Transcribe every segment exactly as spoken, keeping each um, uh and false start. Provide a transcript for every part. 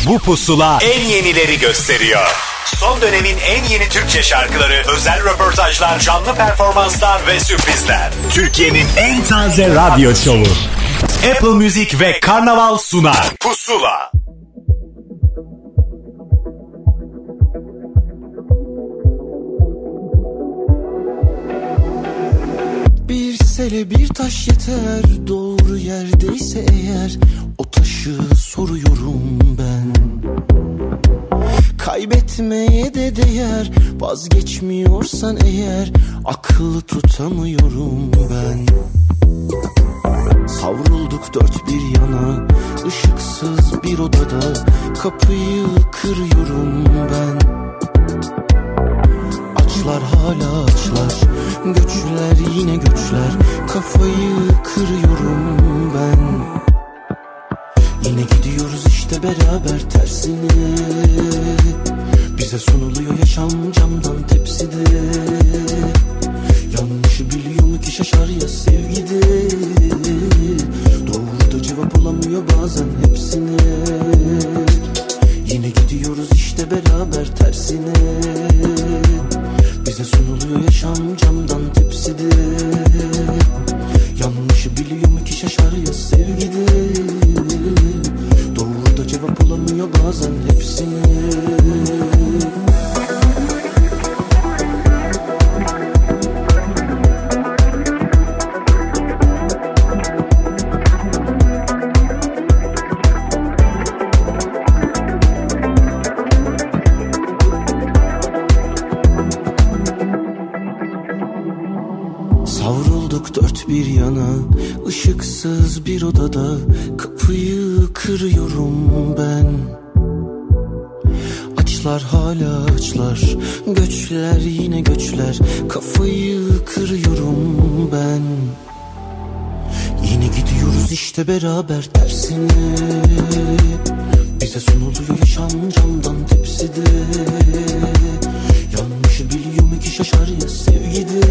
Bu pusula en yenileri gösteriyor. Son dönemin en yeni Türkçe şarkıları, özel röportajlar, canlı performanslar ve sürprizler. Türkiye'nin en taze radyo şovu. Apple Music ve Karnaval sunar. Pusula. Bir sele bir taş yeter, doğru yerdeyse eğer, o taşı soruyorum ben. Kaybetmeye de değer, vazgeçmiyorsan eğer, akıllı tutamıyorum ben. Savrulduk dört bir yana, ışıksız bir odada, kapıyı kırıyorum ben. Açlar hala açlar, göçler yine göçler, kafayı kırıyorum ben. Yine gidiyoruz işte beraber tersine, bize sunuluyor yaşam camdan tepside. Yanlışı biliyor mu ki şaşar ya sevgide, doğru da cevap olamıyor bazen hepsine. Yine gidiyoruz işte beraber tersine, bize sunuluyor yaşam camdan tepside. Yanlışı biliyor mu ki şaşar ya sevgide, doğru da cevap olamıyor bazen hepsine. Dört bir yana, ışıksız bir odada, kapıyı kırıyorum ben. Açlar hala açlar, göçler yine göçler, kafayı kırıyorum ben. Yine gidiyoruz işte beraber tersine, bize sunuluyor yaşam camdan tepside. Yanlışı biliyor mu ki şaşar ya sevgide,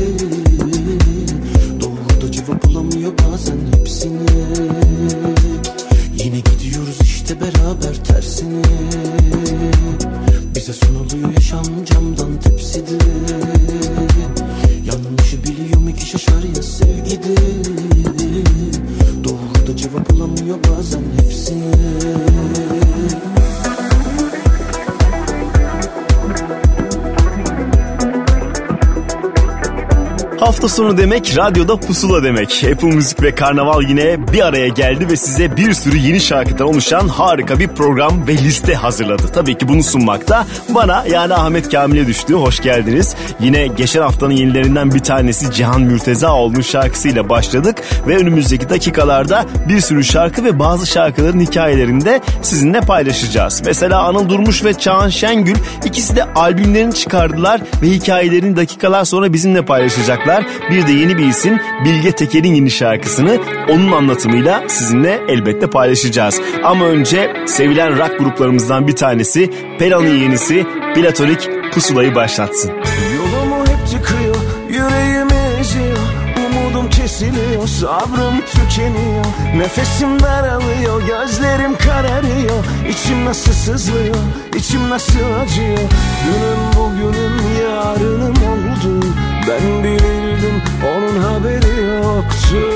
cevap olamıyor bazen hepsine. Yine gidiyoruz işte beraber tersine, bize sunuluyor yaşam camdan tepside. Yanlışı biliyor mu ki şaşar ya sevgide, doğru da cevap olamıyor bazen hepsine. Hafta sonu demek, radyoda pusula demek. Apple Müzik ve Karnaval yine bir araya geldi ve size bir sürü yeni şarkıdan oluşan harika bir program ve liste hazırladı. Tabii ki bunu sunmakta bana, yani Ahmet Kamil'e düştü. Hoş geldiniz. Yine geçen haftanın yenilerinden bir tanesi Cihan Mürtezaoğlu'nun şarkısıyla başladık ve önümüzdeki dakikalarda bir sürü şarkı ve bazı şarkıların hikayelerini de sizinle paylaşacağız. Mesela Anıl Durmuş ve Çağan Şengül ikisi de albümlerini çıkardılar ve hikayelerini dakikalar sonra bizimle paylaşacaklar. Bir de yeni bir isim Bilge Teker'in yeni şarkısını onun anlatımıyla sizinle elbette paylaşacağız. Ama önce sevilen rock gruplarımızdan bir tanesi Pera'nın yenisi Platonik Pusula'yı başlatsın. Yolumu hep tıkıyor, yüreğimi eziyor, umudum kesiliyor, sabrım tükeniyor, nefesim daralıyor, gözlerim kararıyor, içim nasıl sızlıyor, içim nasıl acıyor. Günüm bugünüm yarınım oldu, ben bilirdim onun haberi yoktu.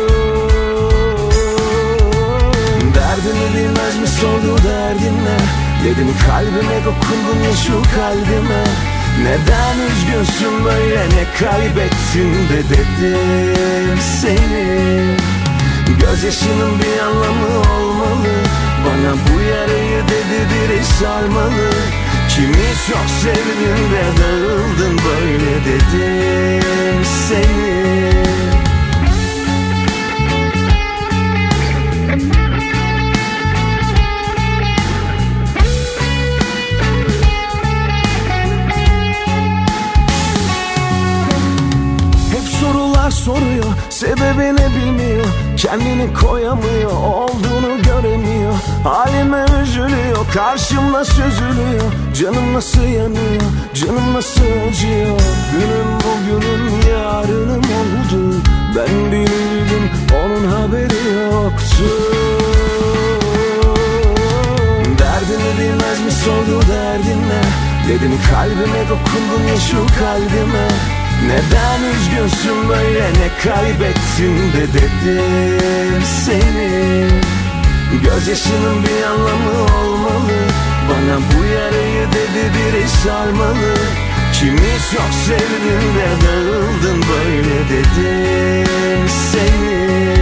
Derdimi bilmez mi sordu derdinle, dedim kalbime dokundun ya şu kalbime. Neden üzgünsün böyle, ne kaybettin de dedim seni. Gözyaşının bir anlamı olmalı, bana bu yarayı dedi biri sarmalı. Kimi çok sevdin de dağıldın böyle dedim seni. Soruyor, sebebini bilmiyor, kendini koyamıyor, olduğunu göremiyor, halime üzülüyor, karşımda süzülüyor, canım nasıl yanıyor, canım nasıl acıyor. Günüm bugünüm yarınım oldu, ben bilirdim onun haberi yoktu. Derdini bilmez sordu derdin ne? Dedim kalbime dokundun ya şu kalbime. Neden üzgünsün böyle, ne kaybettin de dedim seni. Gözyaşının bir anlamı olmalı, bana bu yarayı dedi biri sarmalı. Kimi çok sevdin de dağıldın böyle dedim seni.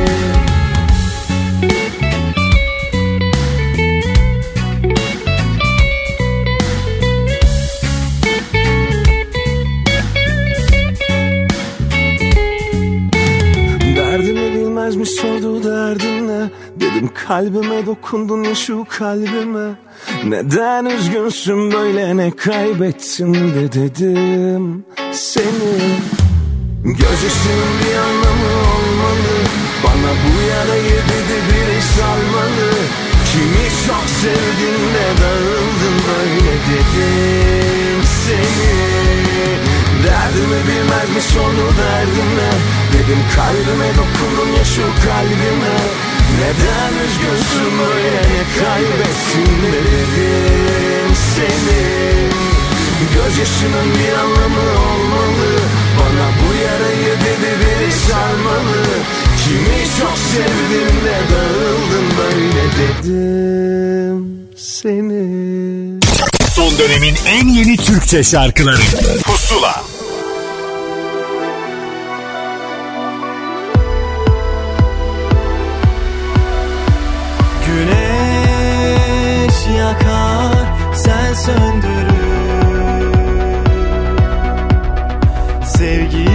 Derdimi bilmezmiş sordu derdin ne? Dedim kalbime dokundun ya şu kalbime. Neden üzgünsün böyle, ne kaybettin de dedim seni. Gözyaşının bir anlamı olmalı, bana bu yarayı dedi biri sarmalı. Kimi çok sevdin de dağıldın böyle dedim seni. Derdimi bilmezmiş sordu derdime. Dedim kalbime dokundun ya şu kalbime. Neden üzgünsün böyle, ne kaybettin de dedim seni. Gözyaşının bir anlamı olmalı, bana bu yarayı dedi biri sarmalı. Kimi çok sevdim de dağıldın böyle dedim seni. Son dönemin en yeni Türkçe şarkıları Pusula. Güneş yakar, sen söndürür. Sevgi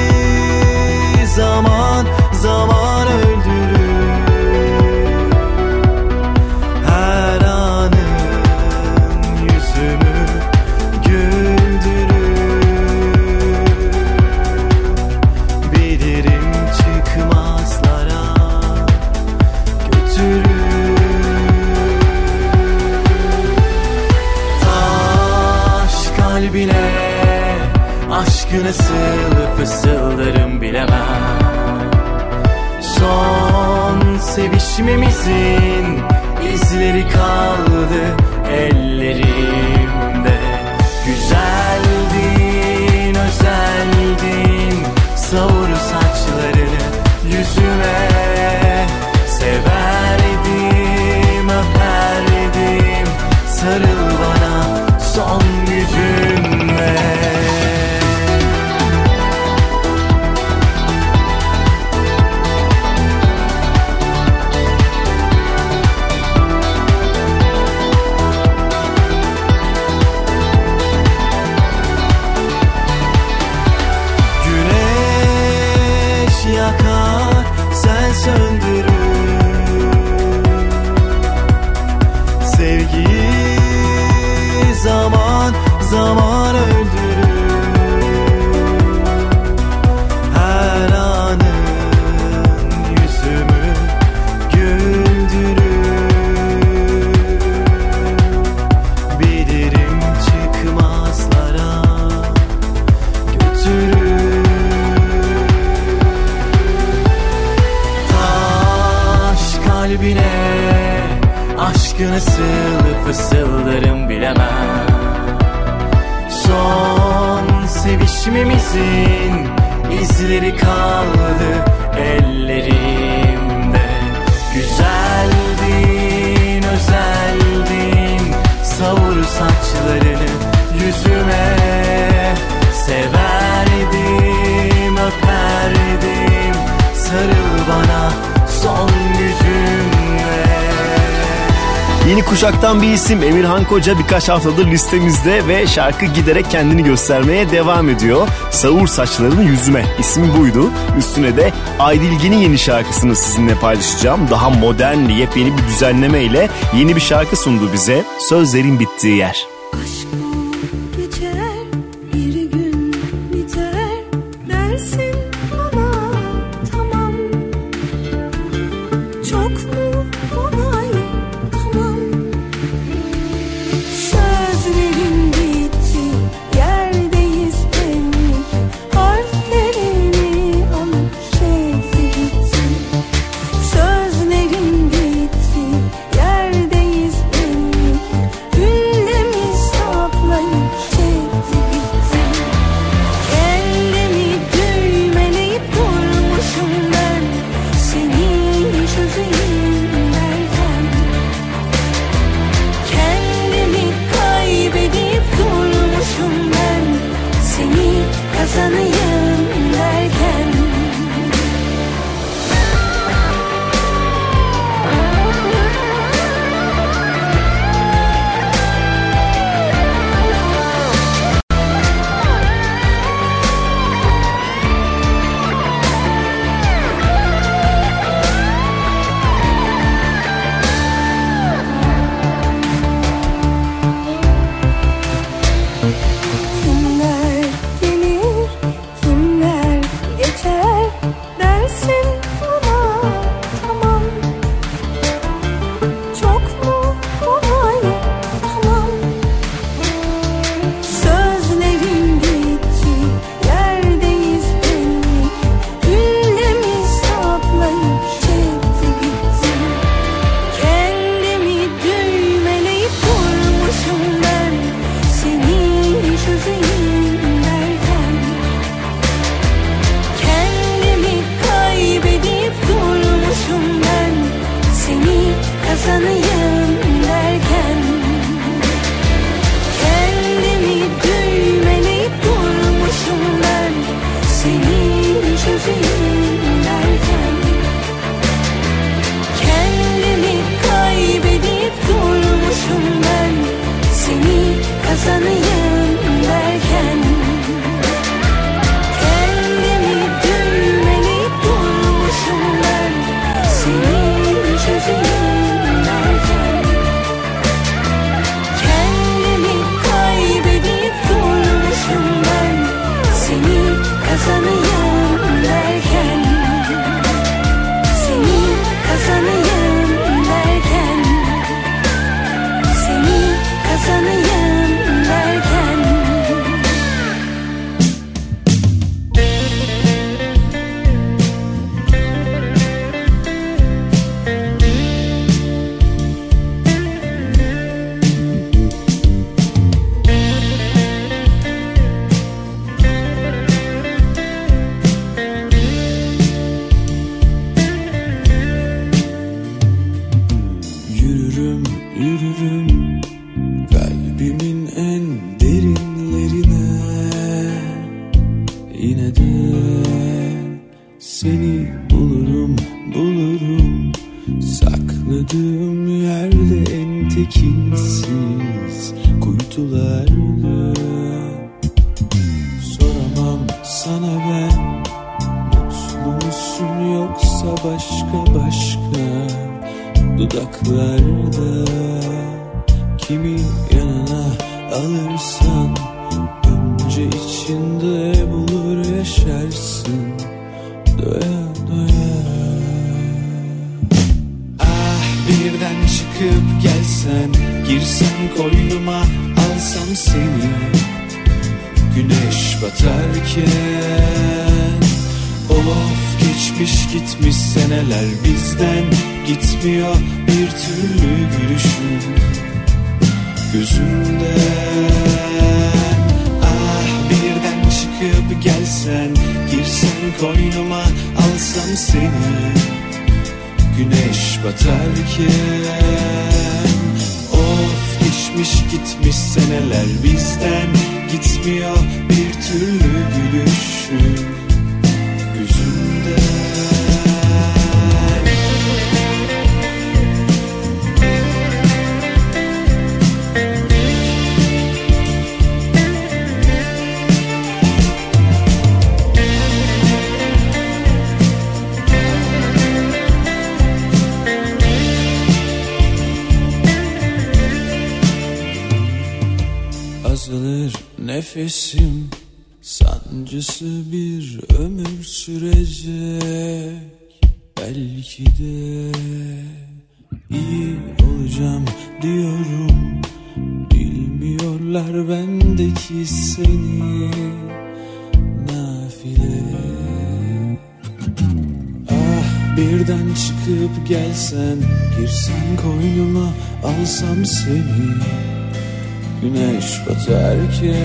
zaman zaman öldürür. Her anın yüzümü güldürür. Bilirim çıkmazlara götürür. Kalbine aşkı nasıl fısıldarım bilemem. Son sevişmemizin izleri kaldı ellerimde. Güzeldin, özeldin, savur saçlarını yüzüme. Severdim, öperdim, sarıl bana son gücünle. Güneş yakar, sen söndürür. Sevgiyi zaman zaman öldürür. Her anın yüzümü güldürür. Bilirim çıkmazlara götürür. Taş kalbine aşkı nasıl fısıldarım bilemem. Son sevişmemizin izleri kaldı ellerimde. Güzeldin, özeldin, savur saçlarını yüzüme. Severdim, öperdim, sarıl bana son gücümle. Yeni kuşaktan bir isim Emirhan Koca birkaç haftadır listemizde ve şarkı giderek kendini göstermeye devam ediyor. Savur saçlarını yüzüme ismi buydu. Üstüne de Aydilge'nin yeni şarkısını sizinle paylaşacağım. Daha modern, yepyeni bir düzenleme ile yeni bir şarkı sundu bize. Sözlerin bittiği yer. Aşk bu geçer, bir gün biter dersin bana tamam. Çok mu kolay tamam. Sözlerin bitti, yerdeyiz benlik. Harflerini alıp şehri gitti. Sözlerin bitti, yerdeyiz benlik. Gündem buluştulardı. Soramam sana ben, mutlu musun yoksa başka başka dudaklarda. Kimi yanına alırsan önce içinde bulur yaşarsın doya doya. Ah birden çıkıp gelsen, girsen koynuma alsam seni güneş batarken. Of geçmiş gitmiş seneler bizden, gitmiyor bir türlü gülüşün gözümden. Ah birden çıkıp gelsen, girsen koynuma alsam seni güneş batarken. Of geçmiş gitmiş seneler bizden, gitmiyor bir türlü gülüşün gözümden. Azalır nefesim, sancısı bir ömür sürecek. Belki de iyi olacağım diyorum, bilmiyorlar bendeki seni nafile. Ah birden çıkıp gelsen, girsen koynuma alsam seni güneş batarken.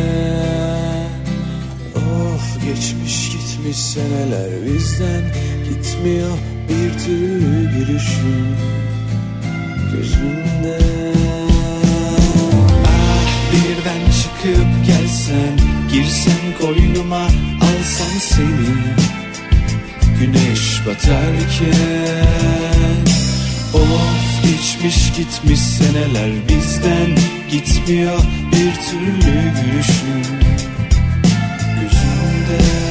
Of geçmiş gitmiş seneler bizden, gitmiyor bir türlü gülüşün gözümde. Ah birden çıkıp gelsen, girsen koynuma alsam seni güneş batarken. Of geçmiş gitmiş seneler bizden, gitmiyor bir türlü gülüşün gözümden.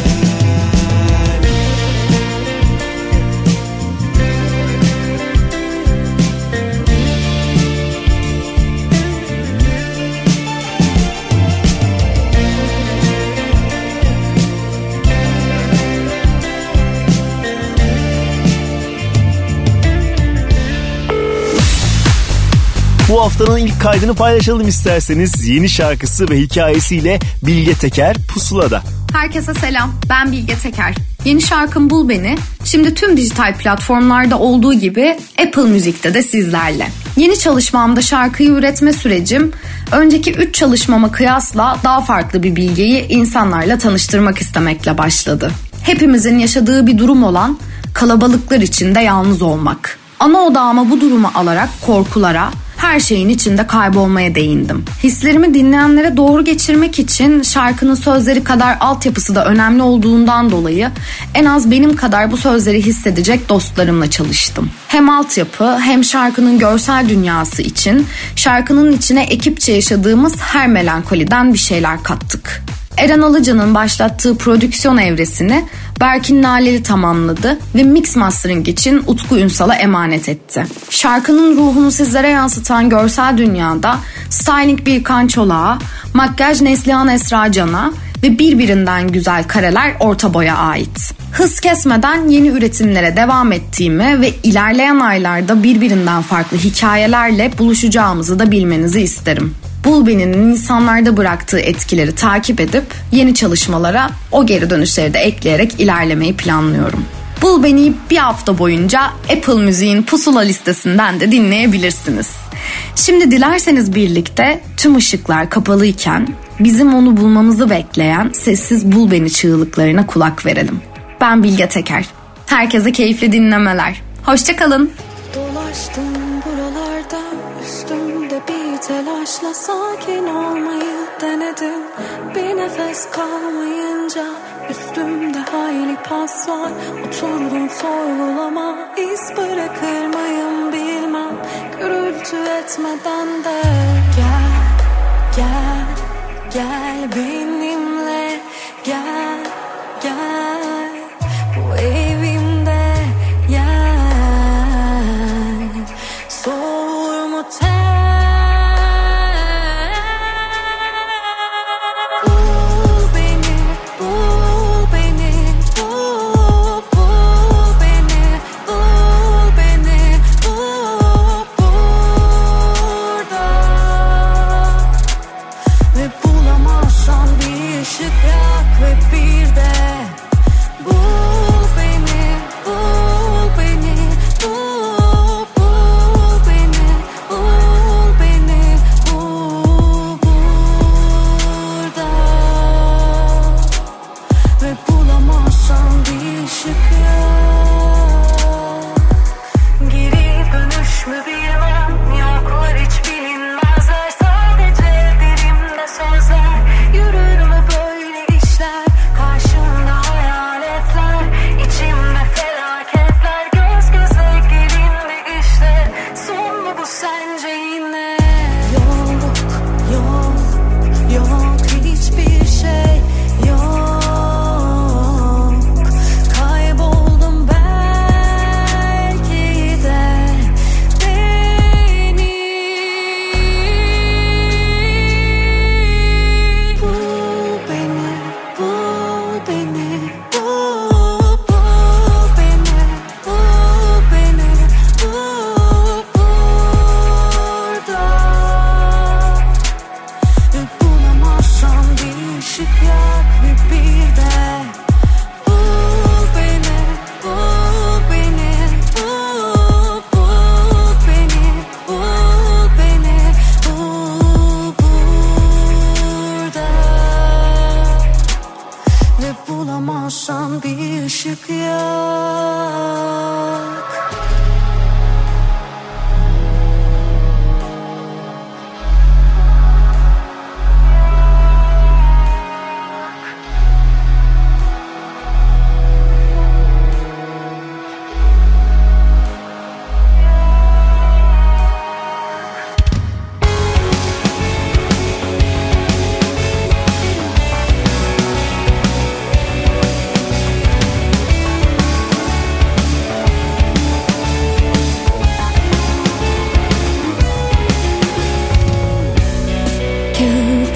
Bu haftanın ilk kaydını paylaşalım isterseniz. Yeni şarkısı ve hikayesiyle Bilge Teker Pusula'da. Herkese selam, ben Bilge Teker. Yeni şarkım Bul Beni, şimdi tüm dijital platformlarda olduğu gibi Apple Music'te de sizlerle. Yeni çalışmamda şarkıyı üretme sürecim, önceki üç çalışmama kıyasla daha farklı bir Bilge'yi insanlarla tanıştırmak istemekle başladı. Hepimizin yaşadığı bir durum olan kalabalıklar içinde yalnız olmak. Ana odağıma bu durumu alarak korkulara, her şeyin içinde kaybolmaya değindim. Hislerimi dinleyenlere doğru geçirmek için şarkının sözleri kadar altyapısı da önemli olduğundan dolayı en az benim kadar bu sözleri hissedecek dostlarımla çalıştım. Hem altyapı hem şarkının görsel dünyası için şarkının içine ekipçe yaşadığımız her melankoliden bir şeyler kattık. Eren Alıcan'ın başlattığı prodüksiyon evresini Berkin Naleli tamamladı ve mix mastering için Utku Ünsal'a emanet etti. Şarkının ruhunu sizlere yansıtan görsel dünyada styling Birkan Çolak'a, makyaj Neslihan Esra Can'a ve birbirinden güzel kareler Orta Boy'a ait. Hız kesmeden yeni üretimlere devam ettiğimi ve ilerleyen aylarda birbirinden farklı hikayelerle buluşacağımızı da bilmenizi isterim. Bul Beni'nin insanlarda bıraktığı etkileri takip edip yeni çalışmalara o geri dönüşleri de ekleyerek ilerlemeyi planlıyorum. Bul Beni'yi bir hafta boyunca Apple Music'in Pusula listesinden de dinleyebilirsiniz. Şimdi dilerseniz birlikte tüm ışıklar kapalıyken bizim onu bulmamızı bekleyen sessiz Bul Beni çığlıklarına kulak verelim. Ben Bilge Teker. Herkese keyifli dinlemeler. Hoşça kalın. Dolaştım buralarda, üstümde bir telaşla sakin olmayı denedim. Bir nefes kalmayınca üstümde hayli pas var. Oturdum sorgulama, iz bırakır mıyım bilmem. Gürültü etmeden de gel,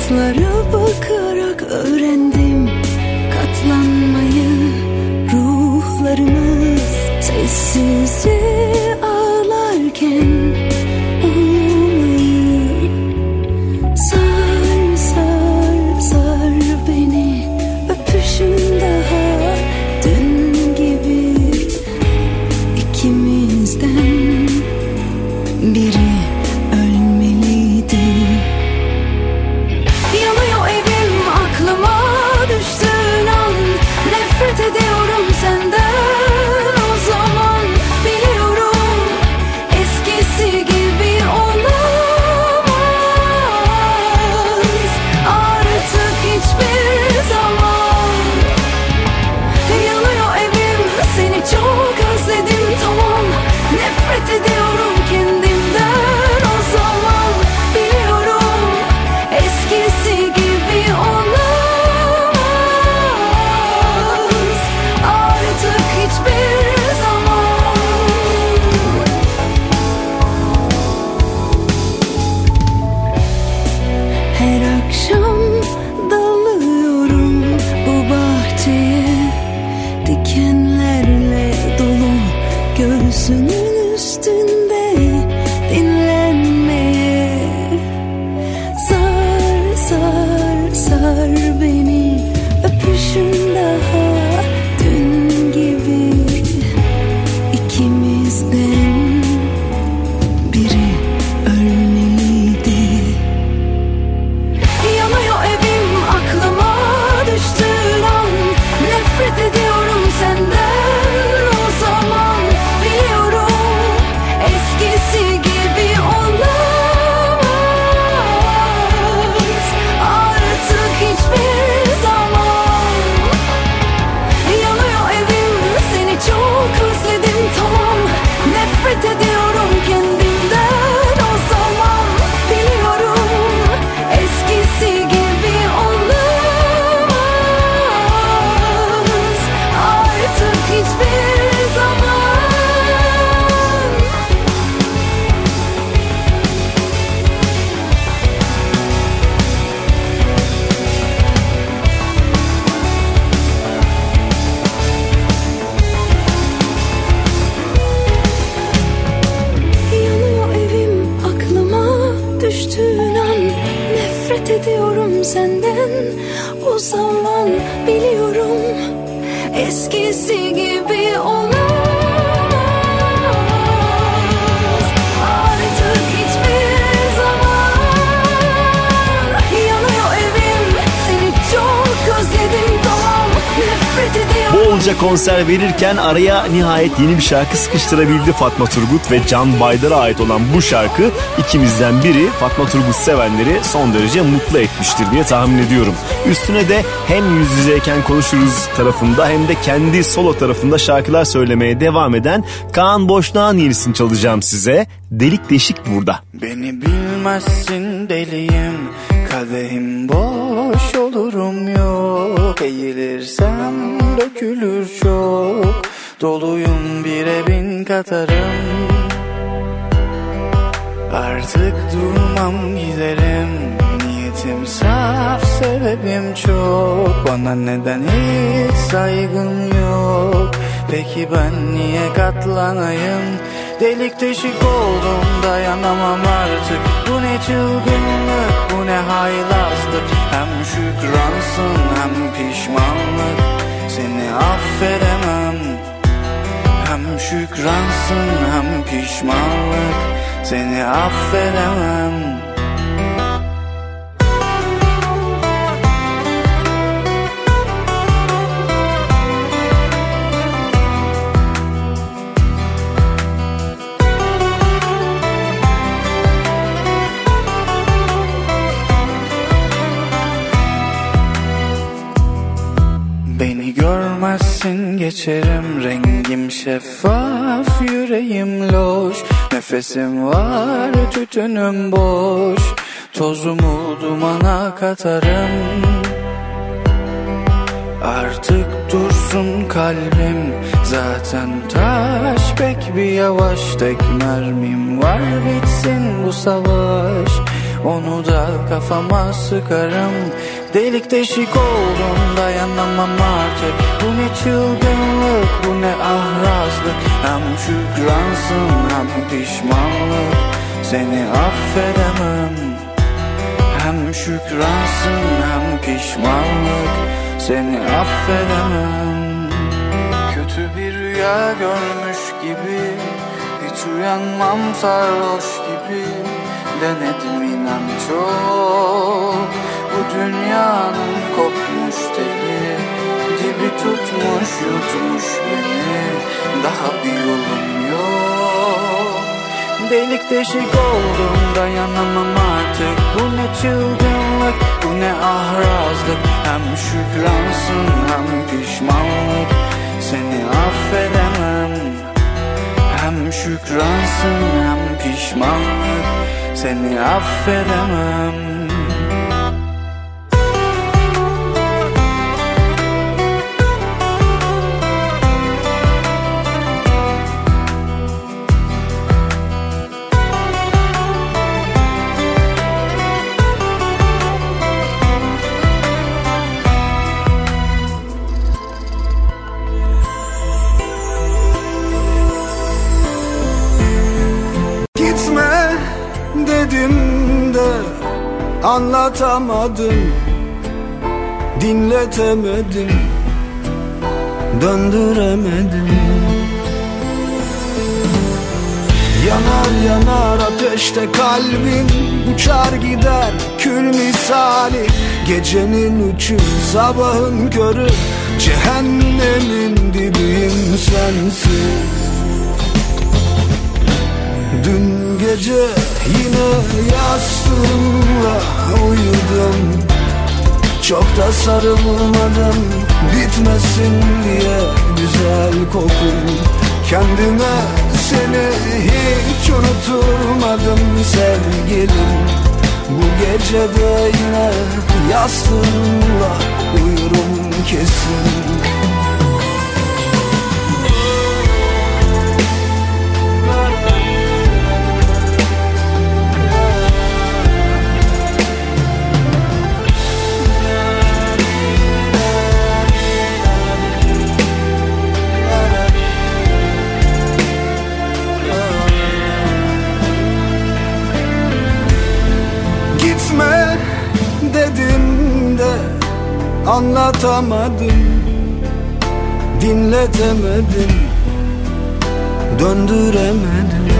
yıldızlara bakarak öğrendim katlanmayı. Ruhlarımız sessizce ağlarken uyumayı. Sar sar sar beni, öpüşün daha dün gibi. İkimizden biri ölmeliydi. Yanıyor evim, aklıma düştüğün an. Nefret ediyorum senden. O zaman biliyorum eskisi gibi olamaz. Artık hiçbir zaman. Yanıyor evim, seni çok özledim, tamam. Nefret ediyorum kendimden. O zaman biliyorum eskisi gibi olamaz. Artık hiçbir zaman. Her akşam dalıyorum bu bahçeye, dikenlerle dolu göğsünün üstünde dinlenmeye. Sar sar sar beni, öpüşün daha dün gibi. İkimizden biri ölmeliydi. Yanıyor evim, aklıma düştüğün an. Nefret ediyorum senden. O zaman biliyorum eskisi gibi olamaz. Artık hiçbir zaman. Yanıyor evim, seni çok özledim, tamam. Nefret ediyorum kendimden. O zaman biliyorum eskisi gibi olamaz. Artık hiçbir zaman. Yanıyor evim, aklıma düştüğün an. Nefret ediyorum senden. O zaman biliyorum eskisi gibi olamaz. Artık hiçbir zaman. Yanıyor evim, seni çok özledim, tamam. Nefret ediyorum. Bolca konser verirken araya nihayet yeni bir şarkı sıkıştırabildi Fatma Turgut ve Can Baydar'a ait olan bu şarkı ikimizden biri Fatma Turgut sevenleri son derece mutlu etmiştir diye tahmin ediyorum. Üstüne de hem yüz yüzeyken konuşuruz tarafında hem de kendi solo tarafında şarkılar söylemeye devam eden Kaan Boşnak'ın yenisini çalacağım size. Delik Deşik burada. Beni bilmezsin deliyim, kadehim boş olurum yok. Eğilirsem dökülür çok, doluyum bire bin katarım. Artık durmam giderim, niyetim saf sebebim çok. Bana neden hiç saygın yok, peki ben niye katlanayım? Delik deşik oldum, dayanamam artık. Bu ne çılgınlık, bu ne haylazlık. Hem şükransın hem pişmanlık, seni affedemem. Hem şükransın hem pişmanlık, seni affedemem. Beni görmezsin geçerim, rengim şeffaf, yüreğim loş. Nefesim var, tütünüm boş, tozumu dumana katarım. Artık dursun kalbim, zaten taş pek bir yavaş. Tek mermim var, bitsin bu savaş. onu da kafama sıkarım. Delik deşik oldum, dayanamam artık. Bu ne çılgınlık, bu ne ahrazlık. Hem şükransın hem pişmanlık, seni affedemem. Hem şükransın hem pişmanlık, seni affedemem. Kötü bir rüya görmüş gibi, hiç uyanmam sarhoş gibi. Denedim inan çok, bu dünyanın kopmuş teli. Dibi tutmuş yutmuş beni, daha bir yolum yok. Delik deşik oldum, dayanamam artık. Bu ne çılgınlık, bu ne ahrazlık. Hem şükransın hem pişmanlık, seni affedemem. Hem şükransın hem pişmanlık, seni affedemem. Dedim de anlatamadım, dinletemedim, döndüremedim. Yanar yanar ateşte kalbim, uçar gider kül misali. Gecenin üçü sabahın körü, cehennemin dibiyim sensin. Dün gece yine yastığımla uyudum, çok da sarılmadım, bitmesin diye güzel kokun. Kendime seni hiç unuturmadım sevgilim. Bu gece de yine yastığımla uyurum kesin. Dedim de anlatamadım, dinletemedim, döndüremedim.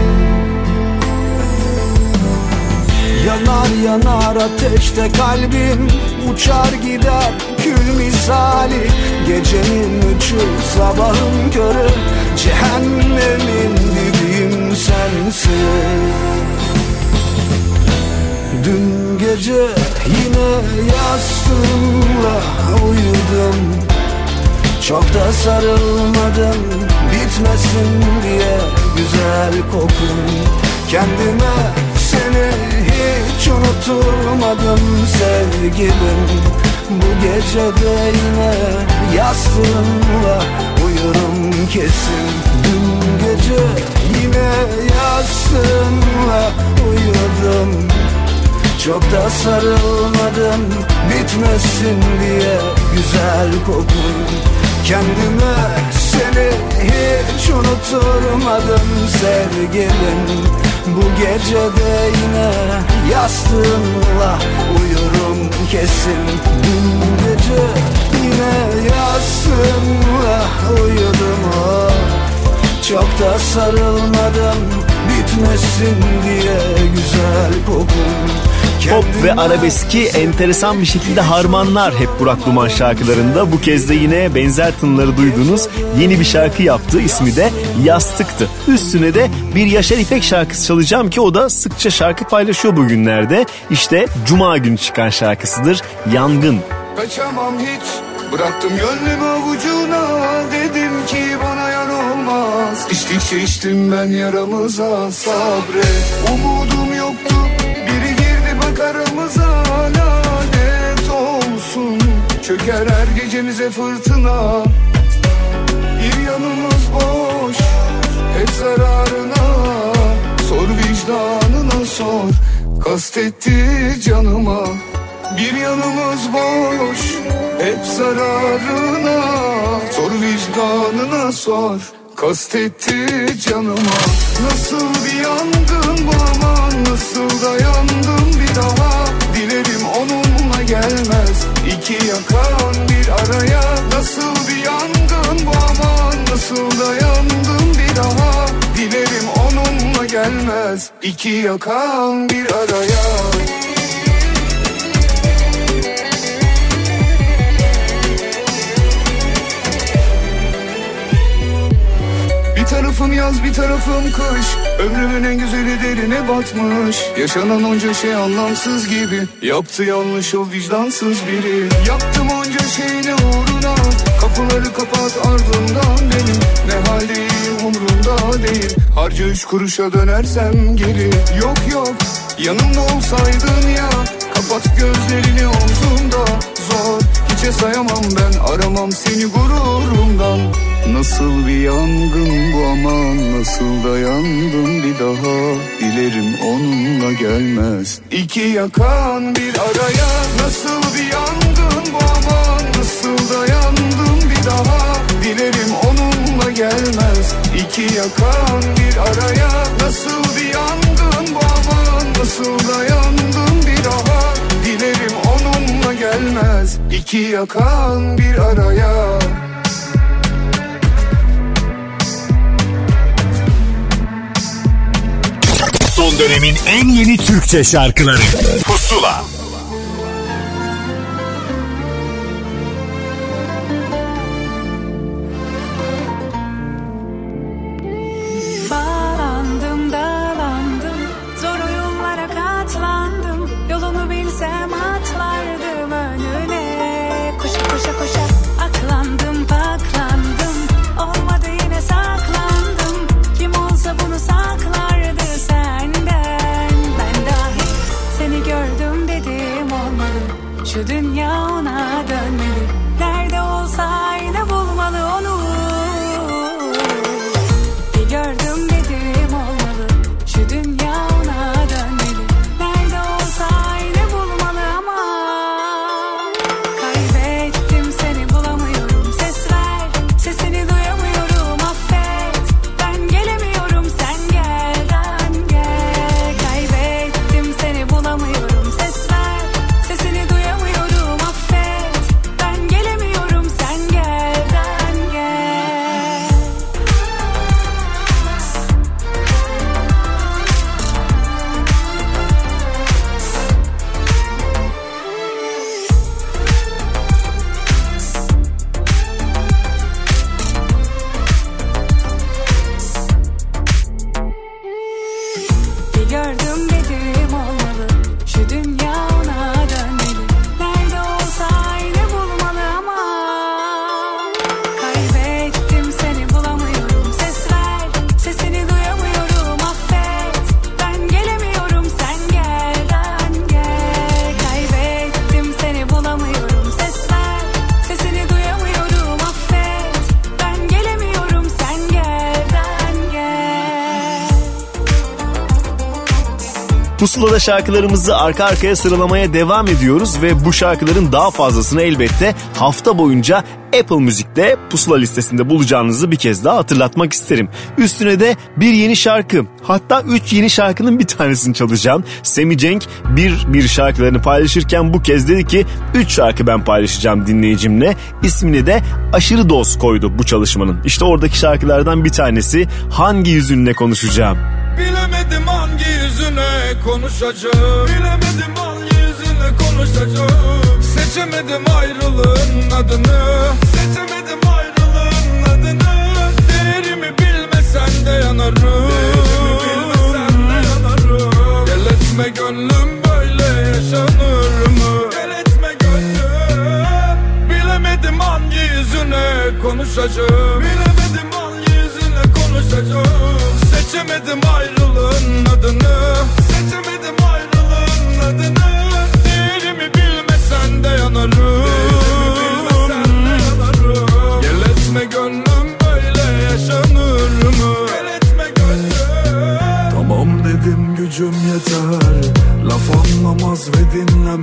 Yanar yanar ateşte kalbim, uçar gider kül misali. Gecenin üçü sabahın körü, cehennemin dibiyim sensin. Dün gece yine yastığımla uyudum, çok da sarılmadım, bitmesin diye güzel kokun. Kendime seni hiç unuturmadım sevgilim. Bu gece de yine yastığımla uyurum kesin. Dün gece yine yastığımla uyudum, çok da sarılmadım, bitmesin diye güzel kokun. Kendime seni hiç unuturmadım sevgilim. Bu gece de yine yastığımla uyurum kesin. Dün gece yine yastığımla uyudum, oh. Çok da sarılmadım, bitmesin diye güzel kokun. Pop ve arabeski enteresan bir şekilde harmanlar hep Burak Duman şarkılarında. Bu kez de yine benzer tınıları duyduğunuz yeni bir şarkı yaptı. İsmi de Yastık'tı. Üstüne de bir Yaşar İpek şarkısı çalacağım ki o da sıkça şarkı paylaşıyor bugünlerde. İşte Cuma günü çıkan şarkısıdır, Yangın. Kaçamam hiç, bıraktım gönlümü avucuna. Dedim ki bana yar olmaz, içtikçe içtim ben yaramıza. Sabret, umudum yoktu, biri girdi bak aramıza. Lanet olsun, çöker her gecemize fırtına. Bir yanımız boş, hep zararına. Sor vicdanına sor, kastetti canıma. Bir yanımız boş, hep zararına. Sor vicdanına sor, kastetti canıma. Nasıl bir yangın bu aman, nasıl dayandım bir daha. Dilerim onunla gelmez, iki yakan bir araya. Nasıl bir yangın bu aman, nasıl dayandım bir daha. Dilerim onunla gelmez, iki yakan bir araya. Bir tarafım yaz bir tarafım kış, ömrümün en güzeli derine batmış. Yaşanan onca şey anlamsız gibi, yaptı yanlış o vicdansız biri. Yaptım onca şey ne uğruna, kapıları kapat ardından benim. Ne haldeyim umrumda değil, harca üç kuruşa dönersem geri. Yok yok yanımda olsaydın ya, kapat gözlerini omzumda. Zor hiçe sayamam ben, aramam seni gururumdan. Nasıl bir yangın bu aman, nasıl dayandım bir daha. Dilerim onunla gelmez, iki yakan bir araya. Nasıl bir yangın bu aman, nasıl dayandım bir daha. Dilerim onunla gelmez, iki yakan bir araya. Nasıl bir yangın bu aman, nasıl dayandım bir daha. Dilerim onunla gelmez, iki yakan bir araya. Son dönemin en yeni Türkçe şarkıları Pusula. Bağlandım, dağlandım, zor oyunlara katlandım. Yolunu bilsem atlardım önüne. Koşa koşa koşa aklandım, paklandım. Olmadı yine saklandım. Kim olsa bunu saklardı senden. Ben dahi seni gördüm dedim olmalı. Şu dünya ona dönmeli. Nerede olsa aynı bulmalı onu. Bir gördüm dedim olmalı. Şu dünya ona dönmeli. Nerede olsa aynı bulmalı ama. Kaybettim seni bulamıyorum. Ses ver, sesini duyamıyorum. Affet, ben gelemiyorum. Sen gel, ben gel. Kaybettim seni bulamıyorum. Ses ver, sesini duyamıyorum. Affet, ben gelemiyorum. Sen gel, ben gel. Bir gördüm dedim olmalı. Şu dünya ona dönmeli. Nerede olsa aynı bulmalı ama. Kaybettim seni bulamıyorum. Ses ver, sesini duyamıyorum. Affet, ben gelemiyorum. Sen gel, ben gel. Kaybettim seni bulamıyorum. Ses ver, sesini duyamıyorum. Affet, ben gelemiyorum. Sen gel, ben gel. Pusula'da şarkılarımızı arka arkaya sıralamaya devam ediyoruz ve bu şarkıların daha fazlasını elbette hafta boyunca Apple Müzik'te Pusula listesinde bulacağınızı bir kez daha hatırlatmak isterim. Üstüne de bir yeni şarkı, hatta üç yeni şarkının bir tanesini çalacağım. Semi Cenk bir bir şarkılarını paylaşırken bu kez dedi ki üç şarkı ben paylaşacağım dinleyicimle. İsmini de Aşırı Doz koydu bu çalışmanın. İşte oradaki şarkılardan bir tanesi Hangi Yüzünle Konuşacağım. Bilemedim hangi yüzüne konuşacağım. Bilemedim hangi yüzüne konuşacağım. Seçemedim ayrılığın adını. Seçemedim ayrılığın adını. Değerimi bilmesen de yanarım. Değerimi bilmesen de yanarım. Gel etme gönlüm böyle yaşanır mı? Gel etme gönlüm. Bilemedim hangi yüzüne konuşacağım. Bilemedim hangi yüzüne konuşacağım. Seçemedim ayrılığın adını. Seçemedim ayrılığın adını. Değerimi bilmesen de yanarım. Değerimi bilmesen de yanarım. Gel etme gönlüm böyle yaşanır mı? Gel etme gönlüm. Tamam dedim gücüm yeter. Laf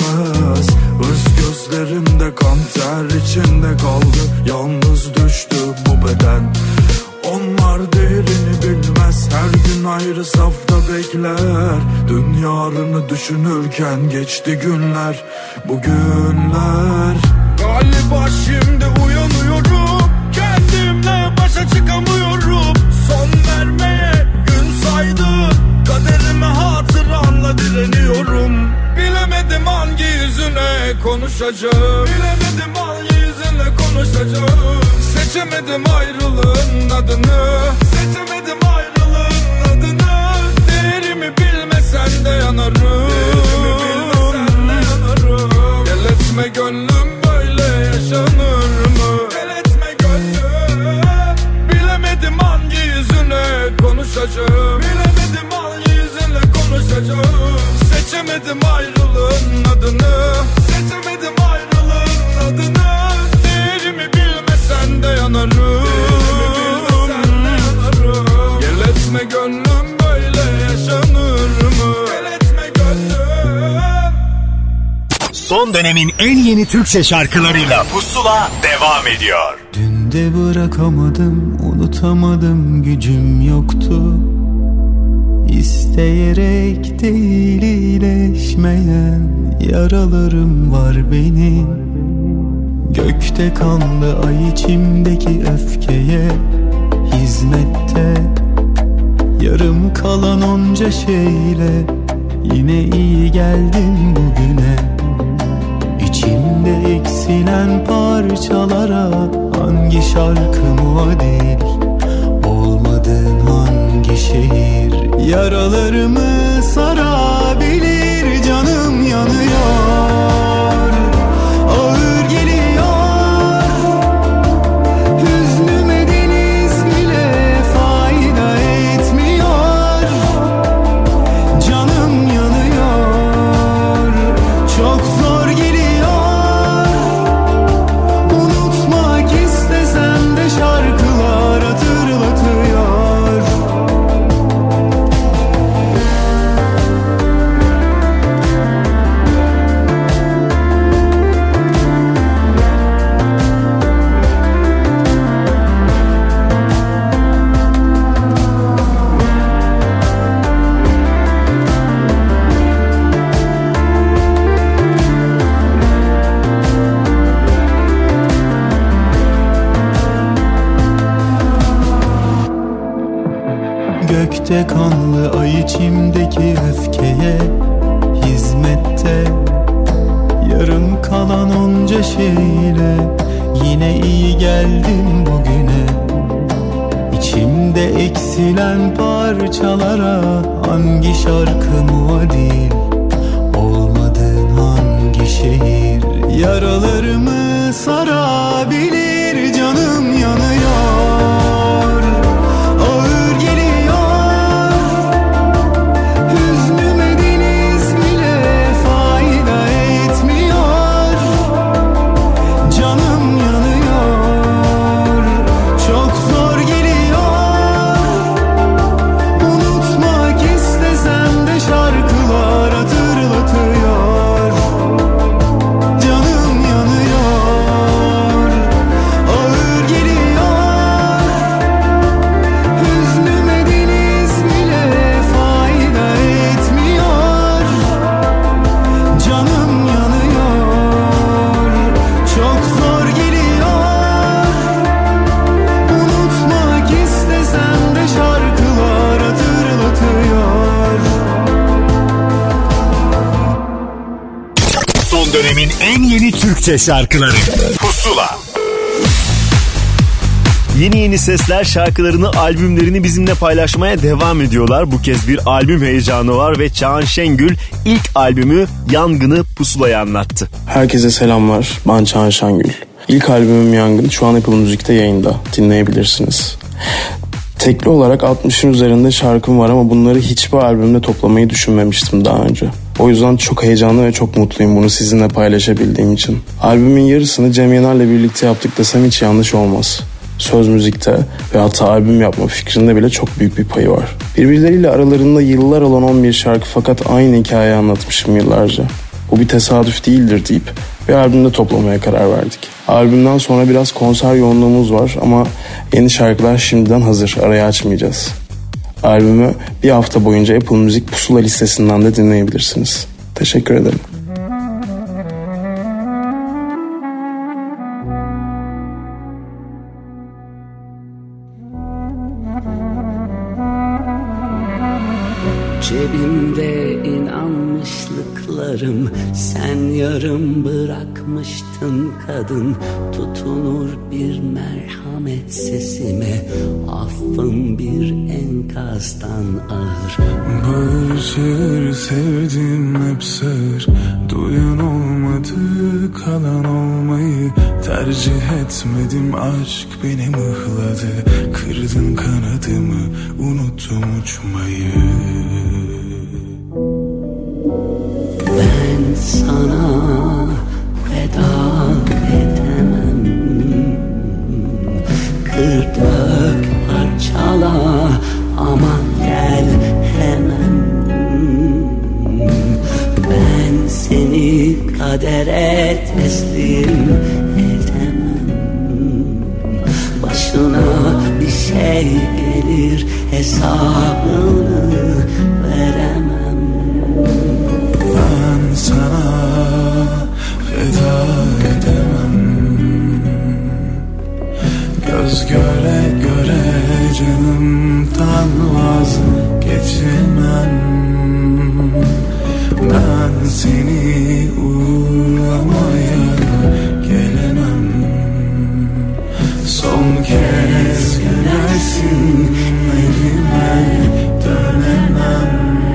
görünmez. Öz gözlerimde kan ter içinde kaldı. Yalnız düştü bu beden. Onlar değerini bilmez. Her gün ayrı safta bekler. Dün yarını düşünürken geçti günler. Bu günler. Galiba şimdi uyanıyorum. Kendimle başa çıkamıyorum. Son vermeye gün saydım. Kaderime hatıranla direniyorum. Bilemedim hangi yüzüne konuşacağım. Bilemedim hangi yüzüne konuşacağım. Seçemedim ayrılığın adını. Seçemedim ayrılığın adını. Değerimi bilmesen de yanarım. Değerimi bilmesen de yanarım. Gel etme gönlüm böyle yaşanır mı? Gel etme gönlüm. Bilemedim hangi yüzüne konuşacağım. Bilemedim hangi yüzüne konuşacağım. Seçemedim ayrılığın adını. Seçemedim ayrılığın adını. Değerimi bilmesen de yanarım. Değerimi bilmesen de yanarım. Gel etme gönlüm böyle yaşanır mı? Gel etme gönlüm. Son dönemin en yeni Türkçe şarkılarıyla Pusula devam ediyor. Dün de bırakamadım, unutamadım, gücüm yoktu. İsteyerek değil iyileşmeyen yaralarım var benim. Gökte kanlı ay içimdeki öfkeye hizmette. Yarım kalan onca şeyle yine iyi geldim bugüne. İçimde eksilen parçalara hangi şarkı muadil? Olmadığın hangi şehir yaralarımı sarabilir? Canım yanıyor, ağır geliyor. Hüznüme deniz bile fayda etmiyor. Canım yanıyor, çok zor geliyor. Unutmak istesem de şarkılar hatırlatıyor. Gökte kanlı ay içimdeki öfkeye hizmette. Yarım kalan onca şeyle yine iyi geldim bugüne. İçimde eksilen parçalara hangi şarkı muadil? Olmadığın hangi şehir yaralarımı sarabilir? Canım yanıyor, ağır geliyor. Hüznüme deniz bile fayda etmiyor. Canım yanıyor, çok zor geliyor. Unutmak istesem de şarkılar hatırlatıyor. Canım yanıyor, ağır geliyor. Hüznüme deniz bile fayda etmiyor. Canım yanıyor, çok zor geliyor. Unutmak istesem de şarkılar hatırlatıyor. Son dönemin en yeni Türkçe şarkıları Pusula. Yeni yeni sesler şarkılarını, albümlerini bizimle paylaşmaya devam ediyorlar. Bu kez bir albüm heyecanı var ve Çağan Şengül ilk albümü Yangın'ı Pusula'ya anlattı. Herkese selamlar, ben Çağan Şengül. İlk albümüm Yangın şu an Apple Müzik'te yayında, dinleyebilirsiniz. Tekli olarak altmışın üzerinde şarkım var ama bunları hiçbir albümde toplamayı düşünmemiştim daha önce. O yüzden çok heyecanlı ve çok mutluyum bunu sizinle paylaşabildiğim için. Albümün yarısını Cem Yener'le birlikte yaptık desem hiç yanlış olmaz. Söz müzikte ve hatta albüm yapma fikrinde bile çok büyük bir payı var. Birbirleriyle aralarında yıllar olan on bir şarkı fakat aynı hikayeyi anlatmışım yıllarca. Bu bir tesadüf değildir deyip bir albümde toplamaya karar verdik. Albümden sonra biraz konser yoğunluğumuz var ama yeni şarkılar şimdiden hazır, araya açmayacağız. Albümü bir hafta boyunca Apple Müzik Pusula listesinden de dinleyebilirsiniz. Teşekkür ederim. Cebimde inanmışlıklarım, sen yarım bırakmıştın kadın. Tutunur bir merhamet sesime, affım bir enkazdan ağır. Bağışır sevdim hep sır, duyan olmadı kalan olmayı tercih etmedim, aşk beni mıhladı. Kırdın kanadımı, unuttum uçmayı. Ben sana veda edemem, kır dök parçala ama gel hemen. Ben seni kadere teslim edemem, başına bir şey gelir hesabını veremem. Ben sana feda edemem, göz göre göre canımdan vazgeçemem. Ben seni uğurlamaya gelemem, son kez gülersin evime dönemem.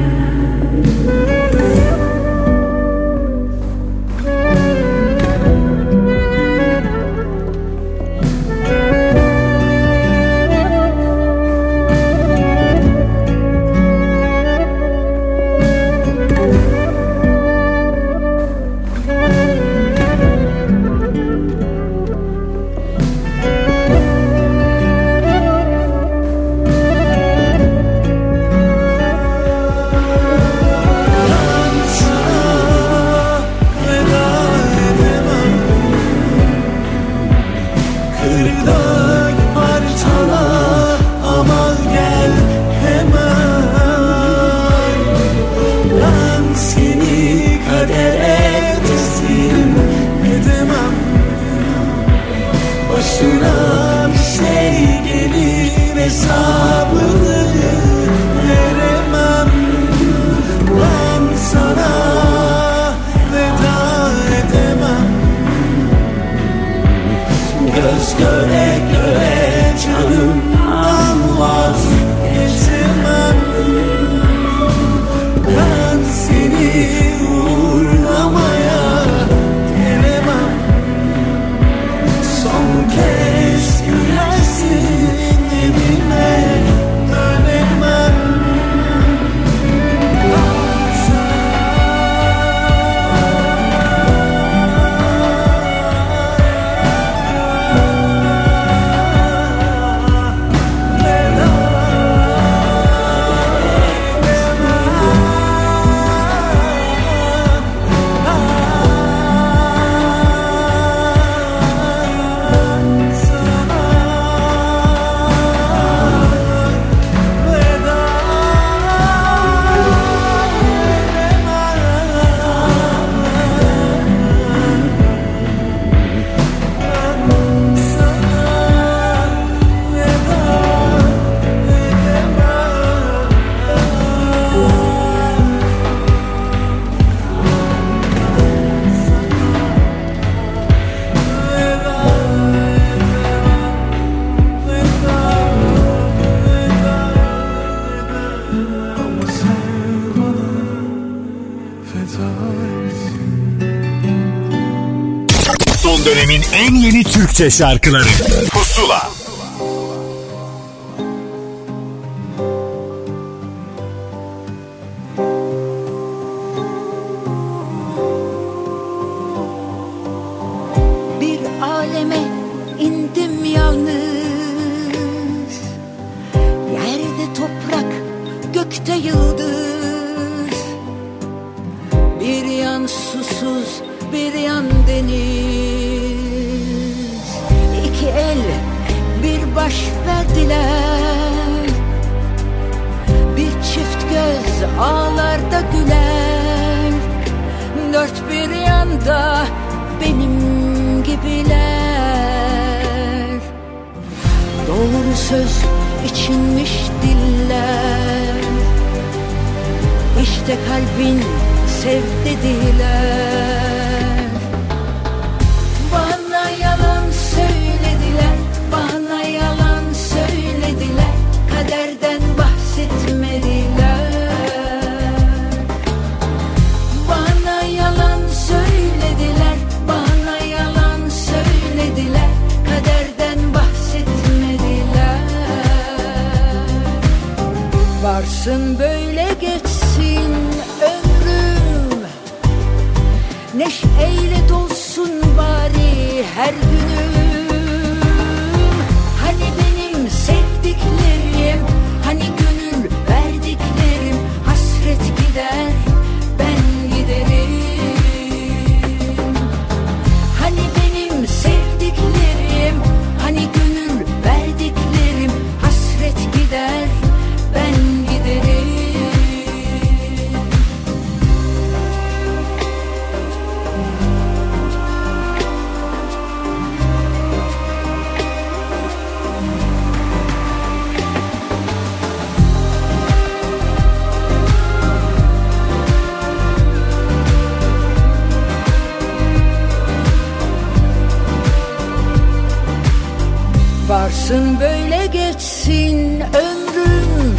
Son dönemin en yeni Türkçe şarkıları Pusula. Bir aleme indim yalnız, yerde toprak, gökte yıldız. Bir yan sus bir yan deniz. İki el bir baş verdiler, bir çift göz ağlarda güler. Dört bir yanda benim gibiler. Doğru söz içinmiş diller, İşte kalbin sev dediler. Bana yalan söylediler, bana yalan söylediler, kaderden bahsetmediler. Bana yalan söylediler, bana yalan söylediler, kaderden bahsetmediler. Varsın böyle geçsin ömrüm, neşeyle dolsun bari her günüm. Hani benim sevdiklerim, hani gönül verdiklerim, hasret gider ben giderim. Hani benim sevdiklerim, hani gönül verdiklerim, hasret gider ben giderim. Varsın böyle geçsin ömrüm,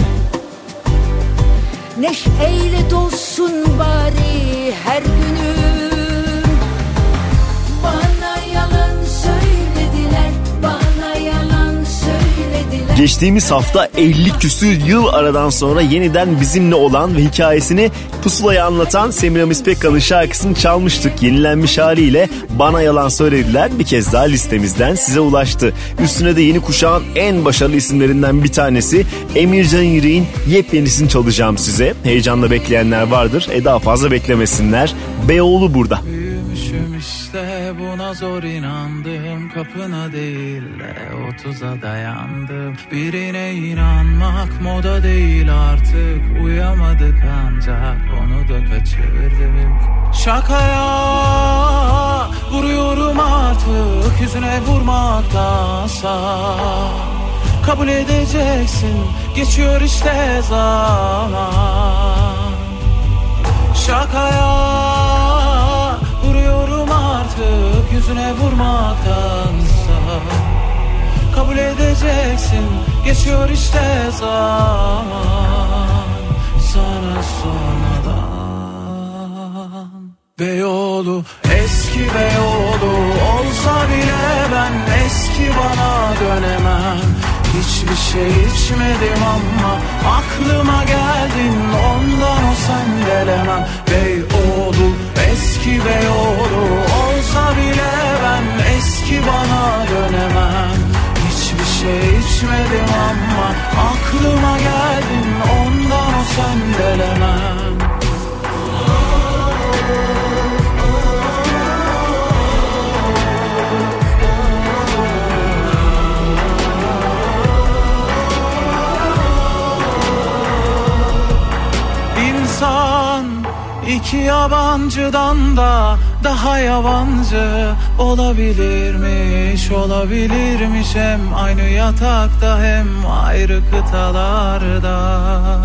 neşeyle dolsun bari her günüm. Bana yalan söylediler, bana yalan söylediler. Geçtiğimiz hafta elli küsür yıl aradan sonra yeniden bizimle olan ve hikayesini Pusula'ya anlatan Semiramis Pekkan'ın şarkısını çalmıştık. Yenilenmiş haliyle Bana Yalan Söylediler bir kez daha listemizden size ulaştı. Üstüne de yeni kuşağın en başarılı isimlerinden bir tanesi Emircan İrik'in yepyenisini çalacağım size. Heyecanla bekleyenler vardır. E daha fazla beklemesinler. Beyoğlu burada. Büyümüşüm işte buna zor inandım, kapına değil de otuza dayandım. Birine inanmak moda değil artık, uyamadık ancak onu da kaçırdık. Şakaya vuruyorum artık, yüzüne vurmaktansa. Kabul edeceksin, geçiyor işte zaman. Şakaya vuruyorum artık, yüzüne vurmaktansa. Kabul edeceksin, geçiyor işte zaman. Sana sormadan. Beyoğlu, eski Beyoğlu olsa bile ben eski bana dönemem. Hiçbir şey içmedim ama aklıma geldin, ondan o sen gelemem. Beyoğlu, eski Beyoğlu olsa bile ben eski bana dönemem. Hiçbir şey içmedim ama aklıma geldin, ondan o sen gelemem. İnsan iki yabancıdan da daha yabancı olabilirmiş, olabilirmiş. Hem aynı yatakta hem ayrı kıtalarda.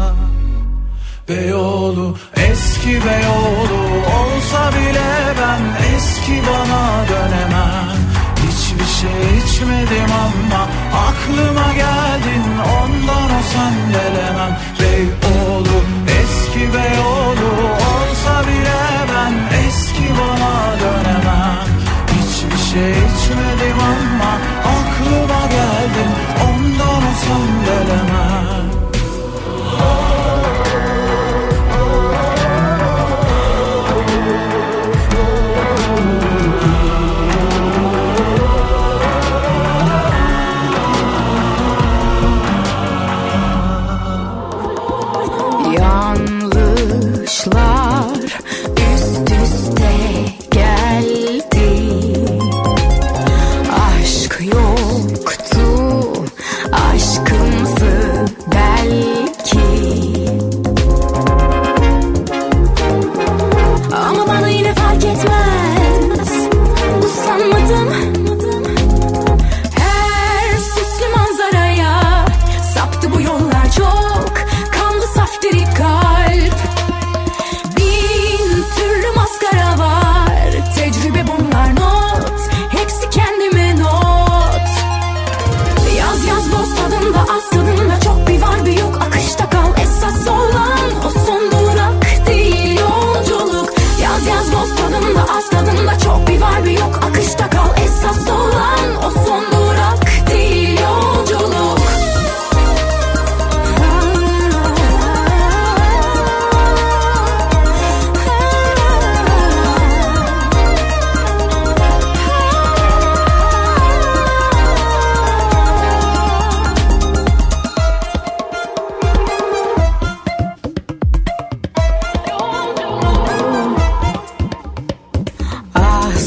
Beyoğlu, eski Beyoğlu olsa bile ben eski bana dönemem. Hiçbir şey içmedim ama aklıma geldin, ondan o sen gelemem. Beyoğlu, eski Beyoğlu olsa bile ben eski bana dönemem. Hiçbir şey içmedim ama aklıma geldin, ondan o sen gelemem. Yanlışlar üst üste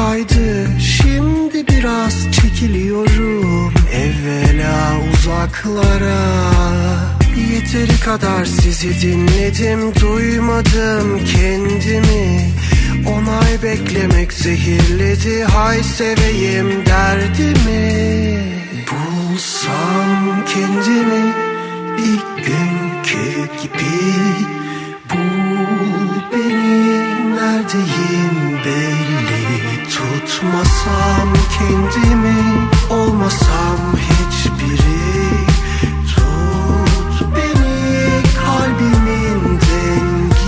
kaydı, şimdi biraz çekiliyorum evvela uzaklara. Yeteri kadar sizi dinledim, duymadım kendimi. Onay beklemek zehirledi, hay seveyim derdimi. Bulsam kendimi ilk günkü gibi, bul beni neredeyim belli. Tutmasam kendimi, olmasam hiçbiri. Tut beni kalbimin dengi.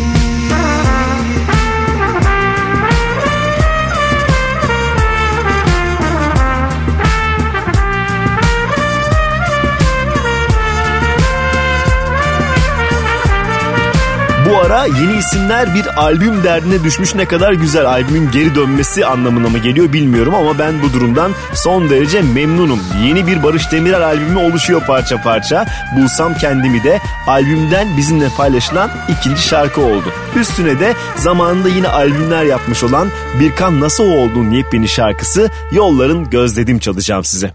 Bu ara yeni isimler bir albüm derdine düşmüş, ne kadar güzel. Albümün geri dönmesi anlamına mı geliyor bilmiyorum ama ben bu durumdan son derece memnunum. Yeni bir Barış Demirel albümü oluşuyor parça parça. Bulsam Kendimi de albümden bizimle paylaşılan ikinci şarkı oldu. Üstüne de zamanında yine albümler yapmış olan Birkan Nasıl Oldun yepyeni şarkısı Yolların Gözledim çalacağım size.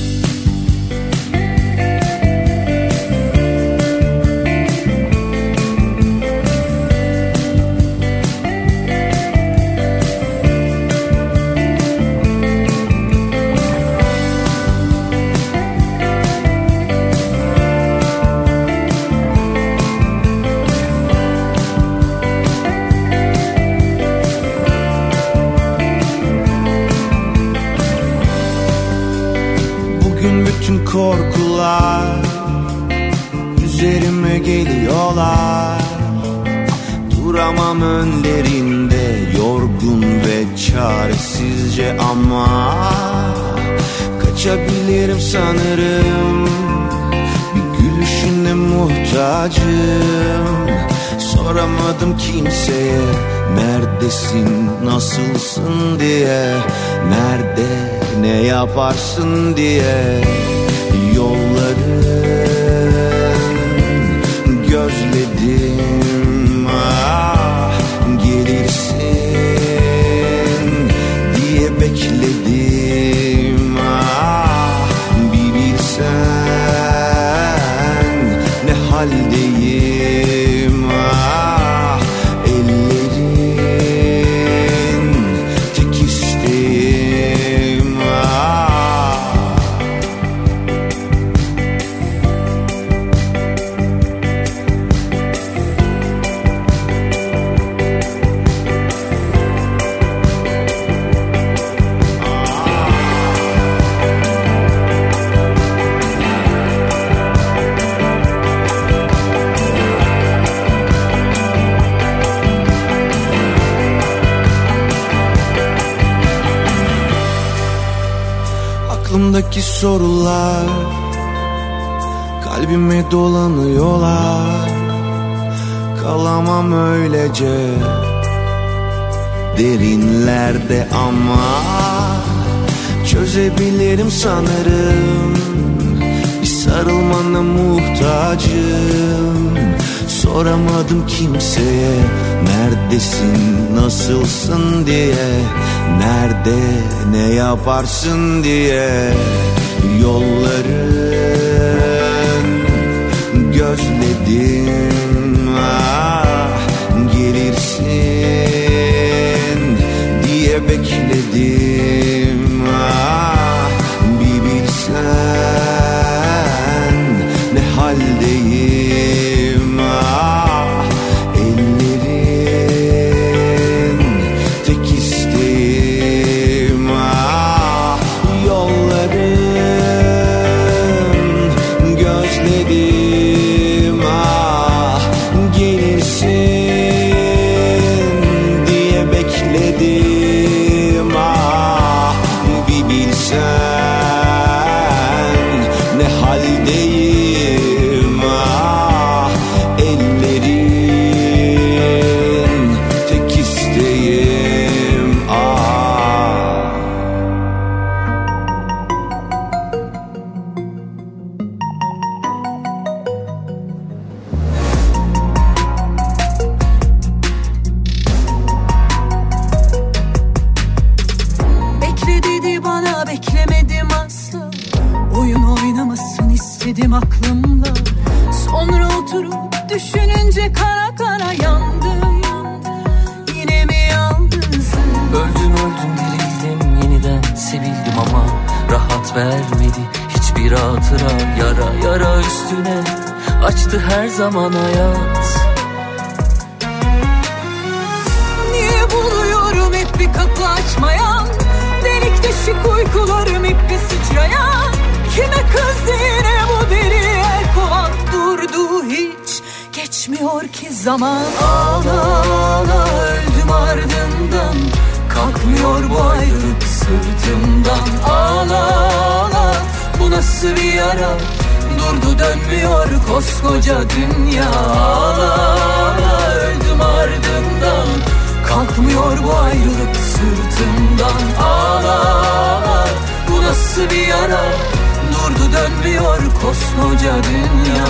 Korkular üzerime geliyorlar. Duramam önlerinde, yorgun ve çaresizce ama kaçabilirim sanırım. Bir gülüşüne muhtacım. Soramadım kimseye neredesin, nasılsın diye. Nerede, ne yaparsın diye. Yolların gözledim, ah, gelirsin diye bekledim. Ah, bir bilsen ne haldeyim. Ah, ellerin tek isteğim. Ah, aklımdaki sorular kalbime dolanıyorlar. Kalamam öylece derinlerde ama çözebilirim sanırım. Bir sarılmana muhtacım. Soramadım kimseye neredesin, nasılsın diye. Nerede, ne yaparsın diye. Yolların gözledim, ah, gelirsin diye bekledim. Ah, bir bilsen ne haldeyim. Ah, ellerin tek isteğim. Ah, yolların gözledim. Ah, gelirsin diye bekledim. üstüne açtı her zaman hayat. Niye buluyorum hep bir kapı açmayan, delik deşik uykularım hep bir sıçrayan. Kime kızdı yine bu deli el kovan, durdu hiç geçmiyor ki zaman. Ağla ağla öldüm ardından, kalkmıyor bu ayrılık sırtımdan. Ağla ağla bu nasıl bir yara, durdu dönmüyor koskoca dünya. Ağla ağla öldüm ardından, kalkmıyor bu ayrılık sırtımdan. Ağla ağla bu nasıl bir yara, durdu dönmüyor koskoca dünya.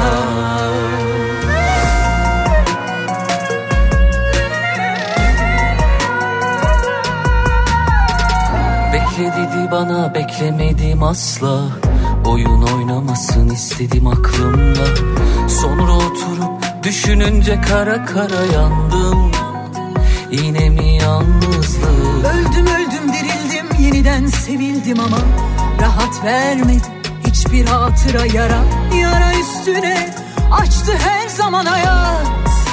Bekle dedi bana, beklemedim asla. Oyun oynamasın istedim aklımla. Sonra oturup düşününce kara kara yandım. Yine mi yalnızlık? Öldüm öldüm dirildim, yeniden sevildim ama rahat vermedi hiçbir hatıra yara. Yara üstüne açtı her zaman hayat.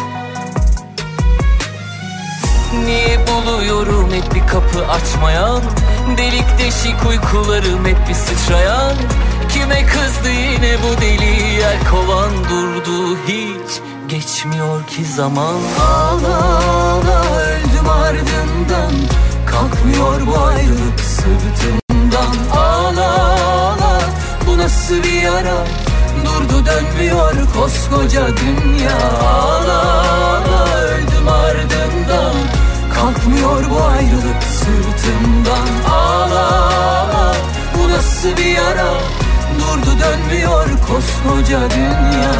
Niye buluyorum hep bir kapı açmayan, delik deşik uykularım hep bir sıçrayan. Kime kızdı yine bu deli yer kovan, durdu hiç geçmiyor ki zaman. Ağla ağla öldüm ardından, kalkmıyor bu ayrılık sırtımdan. Ağla ağla bu nasıl bir yara, durdu dönmüyor koskoca dünya. Ağla ağla öldüm ardından, kalkmıyor bu ayrılık sırtımdan. Ağla ağla bu nasıl bir yara, durdu dönmüyor koskoca dünya.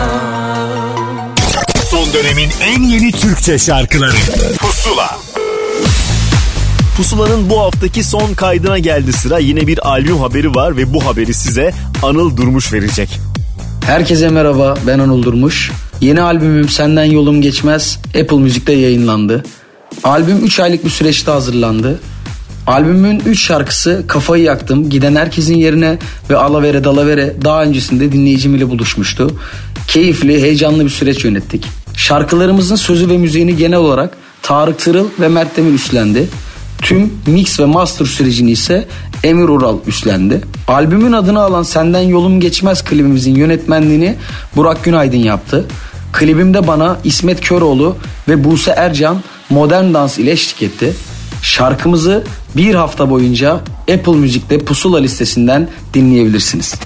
Son dönemin en yeni Türkçe şarkıları Pusula. Pusula'nın bu haftaki son kaydına geldi sıra. Yine bir albüm haberi var ve bu haberi size Anıl Durmuş verecek. Herkese merhaba, ben Anıl Durmuş. Yeni albümüm Senden Yolum Geçmez Apple Müzik'te yayınlandı. Albüm üç aylık bir süreçte hazırlandı. Albümün üç şarkısı Kafayı Yaktım, Giden Herkesin Yerine ve Alavere Dalavere daha öncesinde dinleyicim ile buluşmuştu. Keyifli, heyecanlı bir süreç yönettik. Şarkılarımızın sözü ve müziğini genel olarak Tarık Tırıl ve Mert Demir üstlendi. Tüm mix ve master sürecini ise Emir Ural üstlendi. Albümün adını alan Senden Yolum Geçmez klibimizin yönetmenliğini Burak Günaydın yaptı. Klibimde bana İsmet Köroğlu ve Buse Ercan modern dans ile eşlik etti. Şarkımızı bir hafta boyunca Apple Müzik'te Pusula listesinden dinleyebilirsiniz.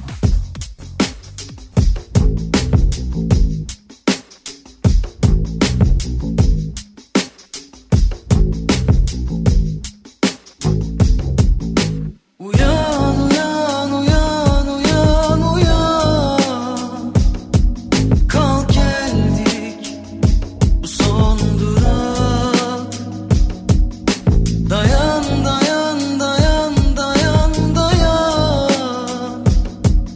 Dayan dayan dayan dayan dayan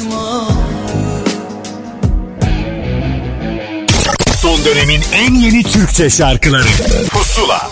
pişman. Son dönemin en yeni Türkçe şarkıları Pusula.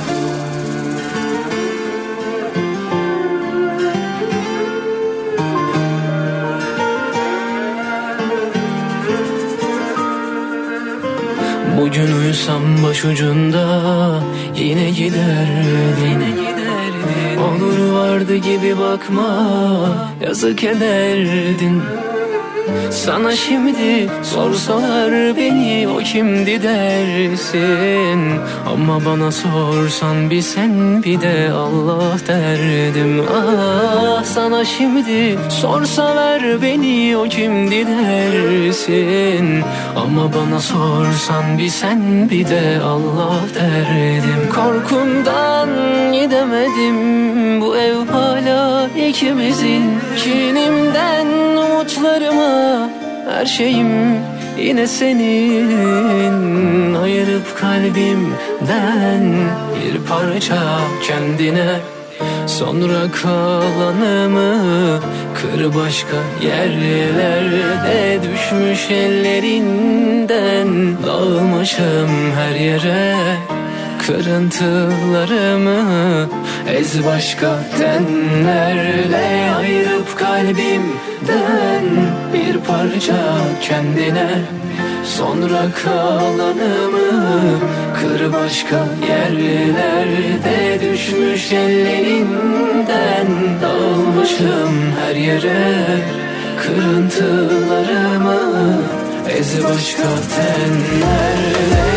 Bugün uyusam başucunda yine giderdin, yine giderdin. Olur vardı gibi bakma, yazık ederdin. Sana şimdi sorsalar beni o kimdi dersin. Ama bana sorsan bir sen bir de Allah derdim. Ah, sana şimdi sorsalar beni o kimdi dersin. Ama bana sorsan bir sen bir de Allah derdim. Korkumdan gidemedim, bu ev hala ikimizin. Kinimden umutlarıma, her şeyim yine senin. Ayırıp kalbimden bir parça kendine, sonra kalanımı kır başka yerlerde. Düşmüş ellerinden dağılmışım her yere. Kırıntılarımı ez başka tenlerle. Ayırıp kalbimden bir parça kendine, sonra kalanımı kır başka yerlerde. Düşmüş ellerinden dağılmışım her yere. Kırıntılarımı ez başka tenlerle.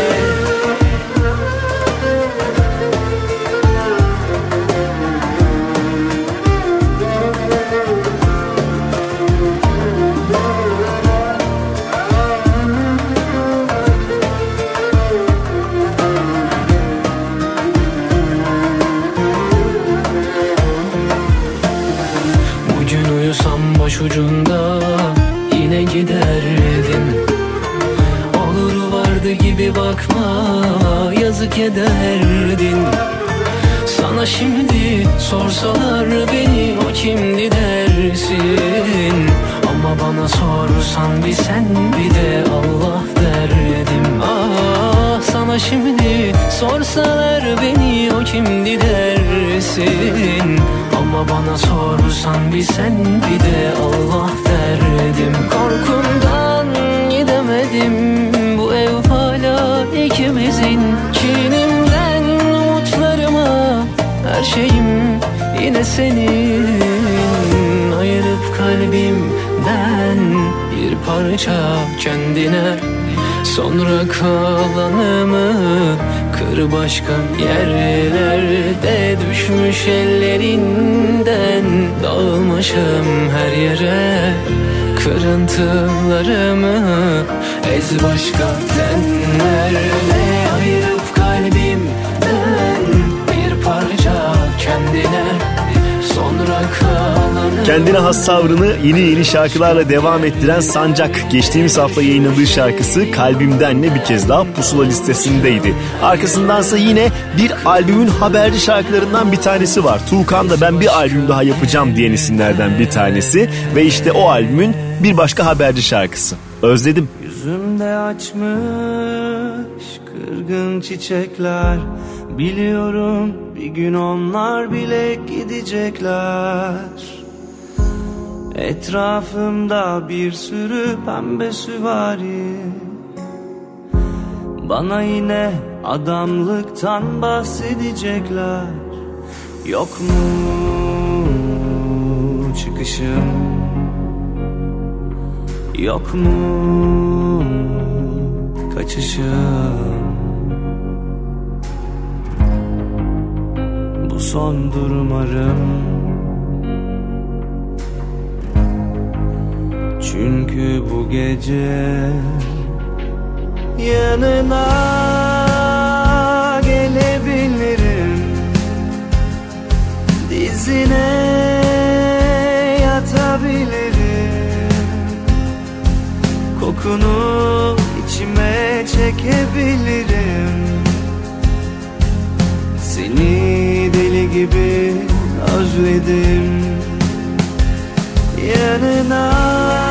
Başucunda yine giderdin. Olur vardı gibi bakma, yazık ederdin. Sana şimdi sorsalar beni o kimdi dersin. Ama bana sorsan bir sen bir de Allah derdim. Ah, sana şimdi sorsalar beni o kimdi dersin. Ama bana sorsan bir sen bir de Allah derdim. Korkumdan gidemedim, bu ev hala ikimizin. Kinimden umutlarıma, her şeyim yine senin. Ayırıp kalbimden bir parça kendine, sonra kalanımı kır başka yerlerde. Düşmüş ellerinden dağılmışım her yere. Kırıntılarımı ez başka tenlerle. Ayırıp kalbimden bir parça kendine, sonra kalanımı. Kendine has tavrını yeni yeni şarkılarla devam ettiren Sancak, geçtiğimiz hafta yayınladığı şarkısı Kalbimden'le bir kez daha Pusula listesindeydi. Arkasındansa yine bir albümün haberci şarkılarından bir tanesi var. Tuğkan da ben bir albüm daha yapacağım diyen isimlerden bir tanesi. Ve işte o albümün bir başka haberci şarkısı. Özledim. Yüzümde açmış kırgın çiçekler. Biliyorum bir gün onlar bile gidecekler. Etrafımda bir sürü pembe süvari. Bana yine adamlıktan bahsedecekler. Yok mu çıkışım? Yok mu kaçışım? Bu sondur umarım. Çünkü bu gece yanına gelebilirim. Dizine yatabilirim. Kokunu içime çekebilirim. Seni deli gibi özledim. Yanına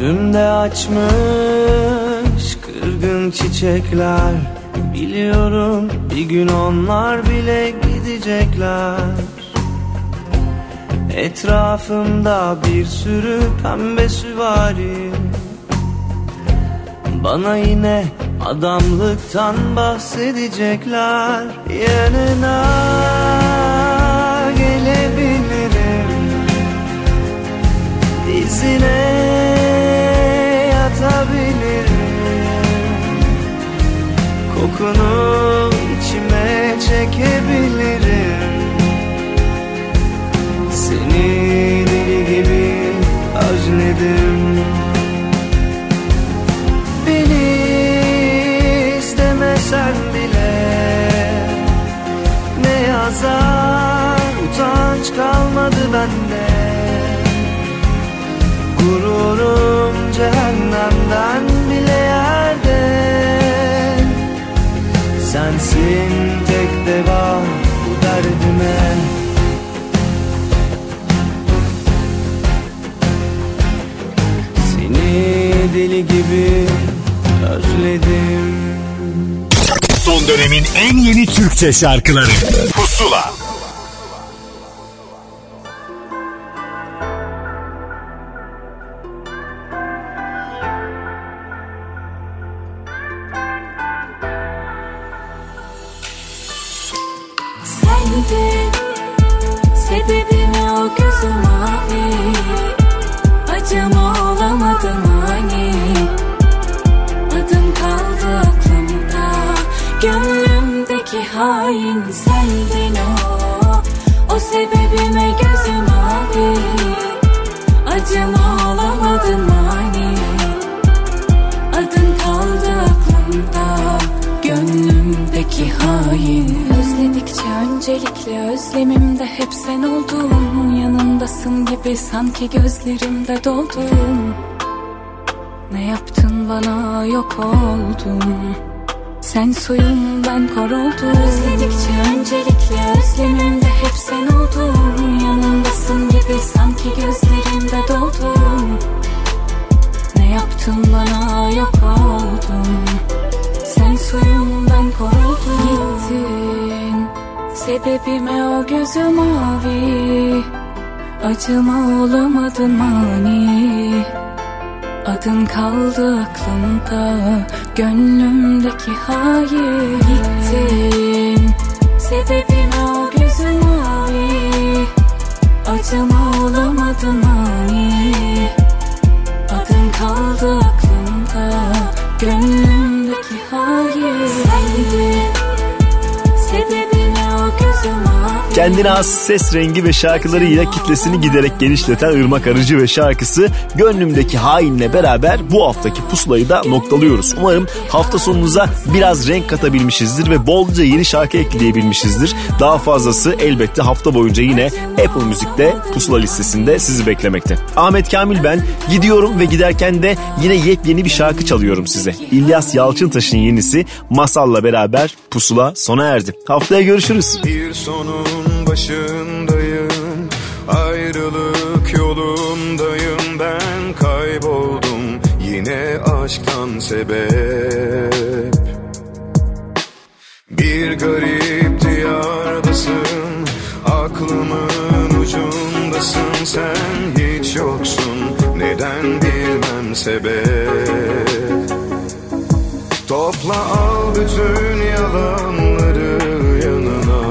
Yüzümde açmış kırgın çiçekler. Biliyorum bir gün onlar bile gidecekler. Etrafımda bir sürü pembe süvari. Bana yine adamlıktan bahsedecekler. Yanına gelebilirim, dizine yatabilirim. Kokunu içime çekebilirim. Seni deli gibi özledim. Beni istemesen bile ne yazar, utanç kalmadı bende. Gururum cehennemden bile yerde. Sensin tek deva bu derdime. Seni deli gibi özledim. Son dönemin en yeni Türkçe şarkıları Pusula. Sendin sebebimi o gözüm mavi. Acıma olamadın hani. Adım kaldı aklımda. Gönlümdeki hain sendin o. O sebebime gözüm mavi. Acıma olamadın hani. Adın kaldı aklımda. Gönlümdeki hain. Özledikçe öncelikle özlemimde hep sen oldun. Yanımdasın gibi sanki gözlerimde doldun. Ne yaptın bana yok oldum. Sen suyum ben kor oldum. Özledikçe öncelikle özlemimde hep sen oldun. Yanımdasın gibi sanki gözlerimde doldun. Ne yaptın bana yok oldum. Sen suyum ben kor oldum. Gittin sebebime o gözüm mavi. Acıma olamadın mani. Adın kaldı aklımda. Gönlümdeki hain. Gittin sebebime o gözüm mavi. Acıma olamadın mani. Adın kaldı aklımda. Gönlümdeki hain. Sendin sebebime o gözüm mavi. Kendine has ses rengi ve şarkılarıyla kitlesini giderek genişleten Irmak Arıcı ve şarkısı Gönlümdeki Hain'le beraber bu haftaki pusulayı da noktalıyoruz. Umarım hafta sonunuza biraz renk katabilmişizdir ve bolca yeni şarkı ekleyebilmişizdir. Daha fazlası elbette hafta boyunca yine Apple Müzik'te pusula listesinde sizi beklemekte. Ahmet Kamil ben, gidiyorum ve giderken de yine yepyeni bir şarkı çalıyorum size. İlyas Yalçıntaş'ın yenisi Masal'la beraber pusula sona erdi. Haftaya görüşürüz. Bir sonun başındayım, ayrılık yolundayım, ben kayboldum yine aşktan sebep. Bir garip diyardasın, aklımın ucundasın, sen hiç yoksun, neden bilmem sebep. Topla al bütün yalanları yanına,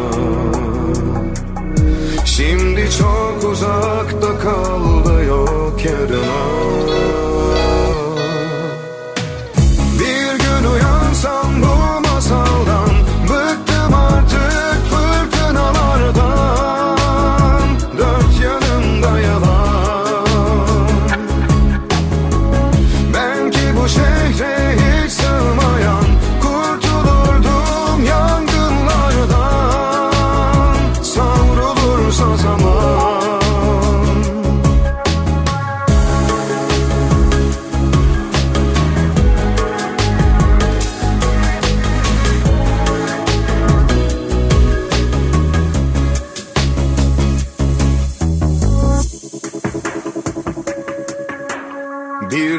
şimdi çok uzakta kaldı yok yarına. Bir gün uyansam bu masaldan, bıktım artık fırtınalardan. Dört yanımda yalan, ben ki bu şehre hiç sığmayan, kurtulurdum yangın.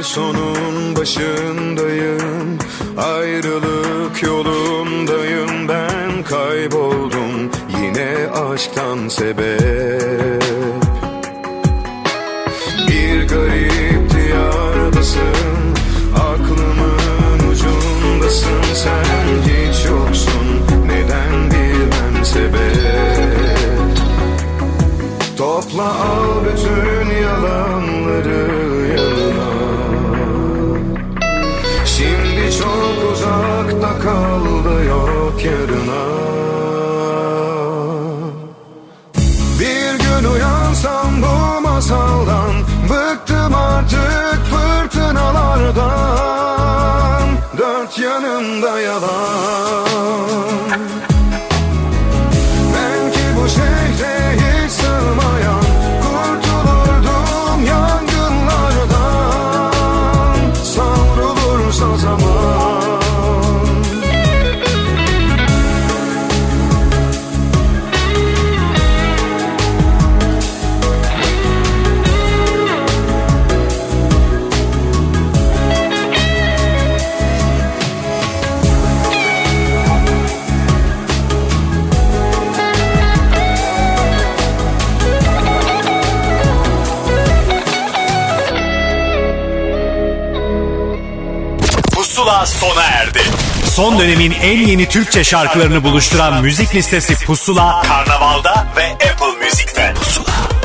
sonun başındayım, ayrılık yolundayım, ben kayboldum yine aşktan sebep. Bir garip diyardasın, aklımın ucundasın, sen hiç yoksun, neden bilmem sebep. Topla al bütün yalanları yanına, şimdi çok uzakta kaldı, yok yarına. Bir gün uyansam bu masaldan, bıktım artık fırtınalardan, dört yanımda yalan. Ben ki bu şehre hiç sığmayan, kurtulurdum yangınlardan, savrulursa zaman. Pusula sona erdi. Son dönemin en yeni Türkçe şarkılarını buluşturan müzik listesi Pusula, Karnaval'da ve Apple Music'te. Pusula.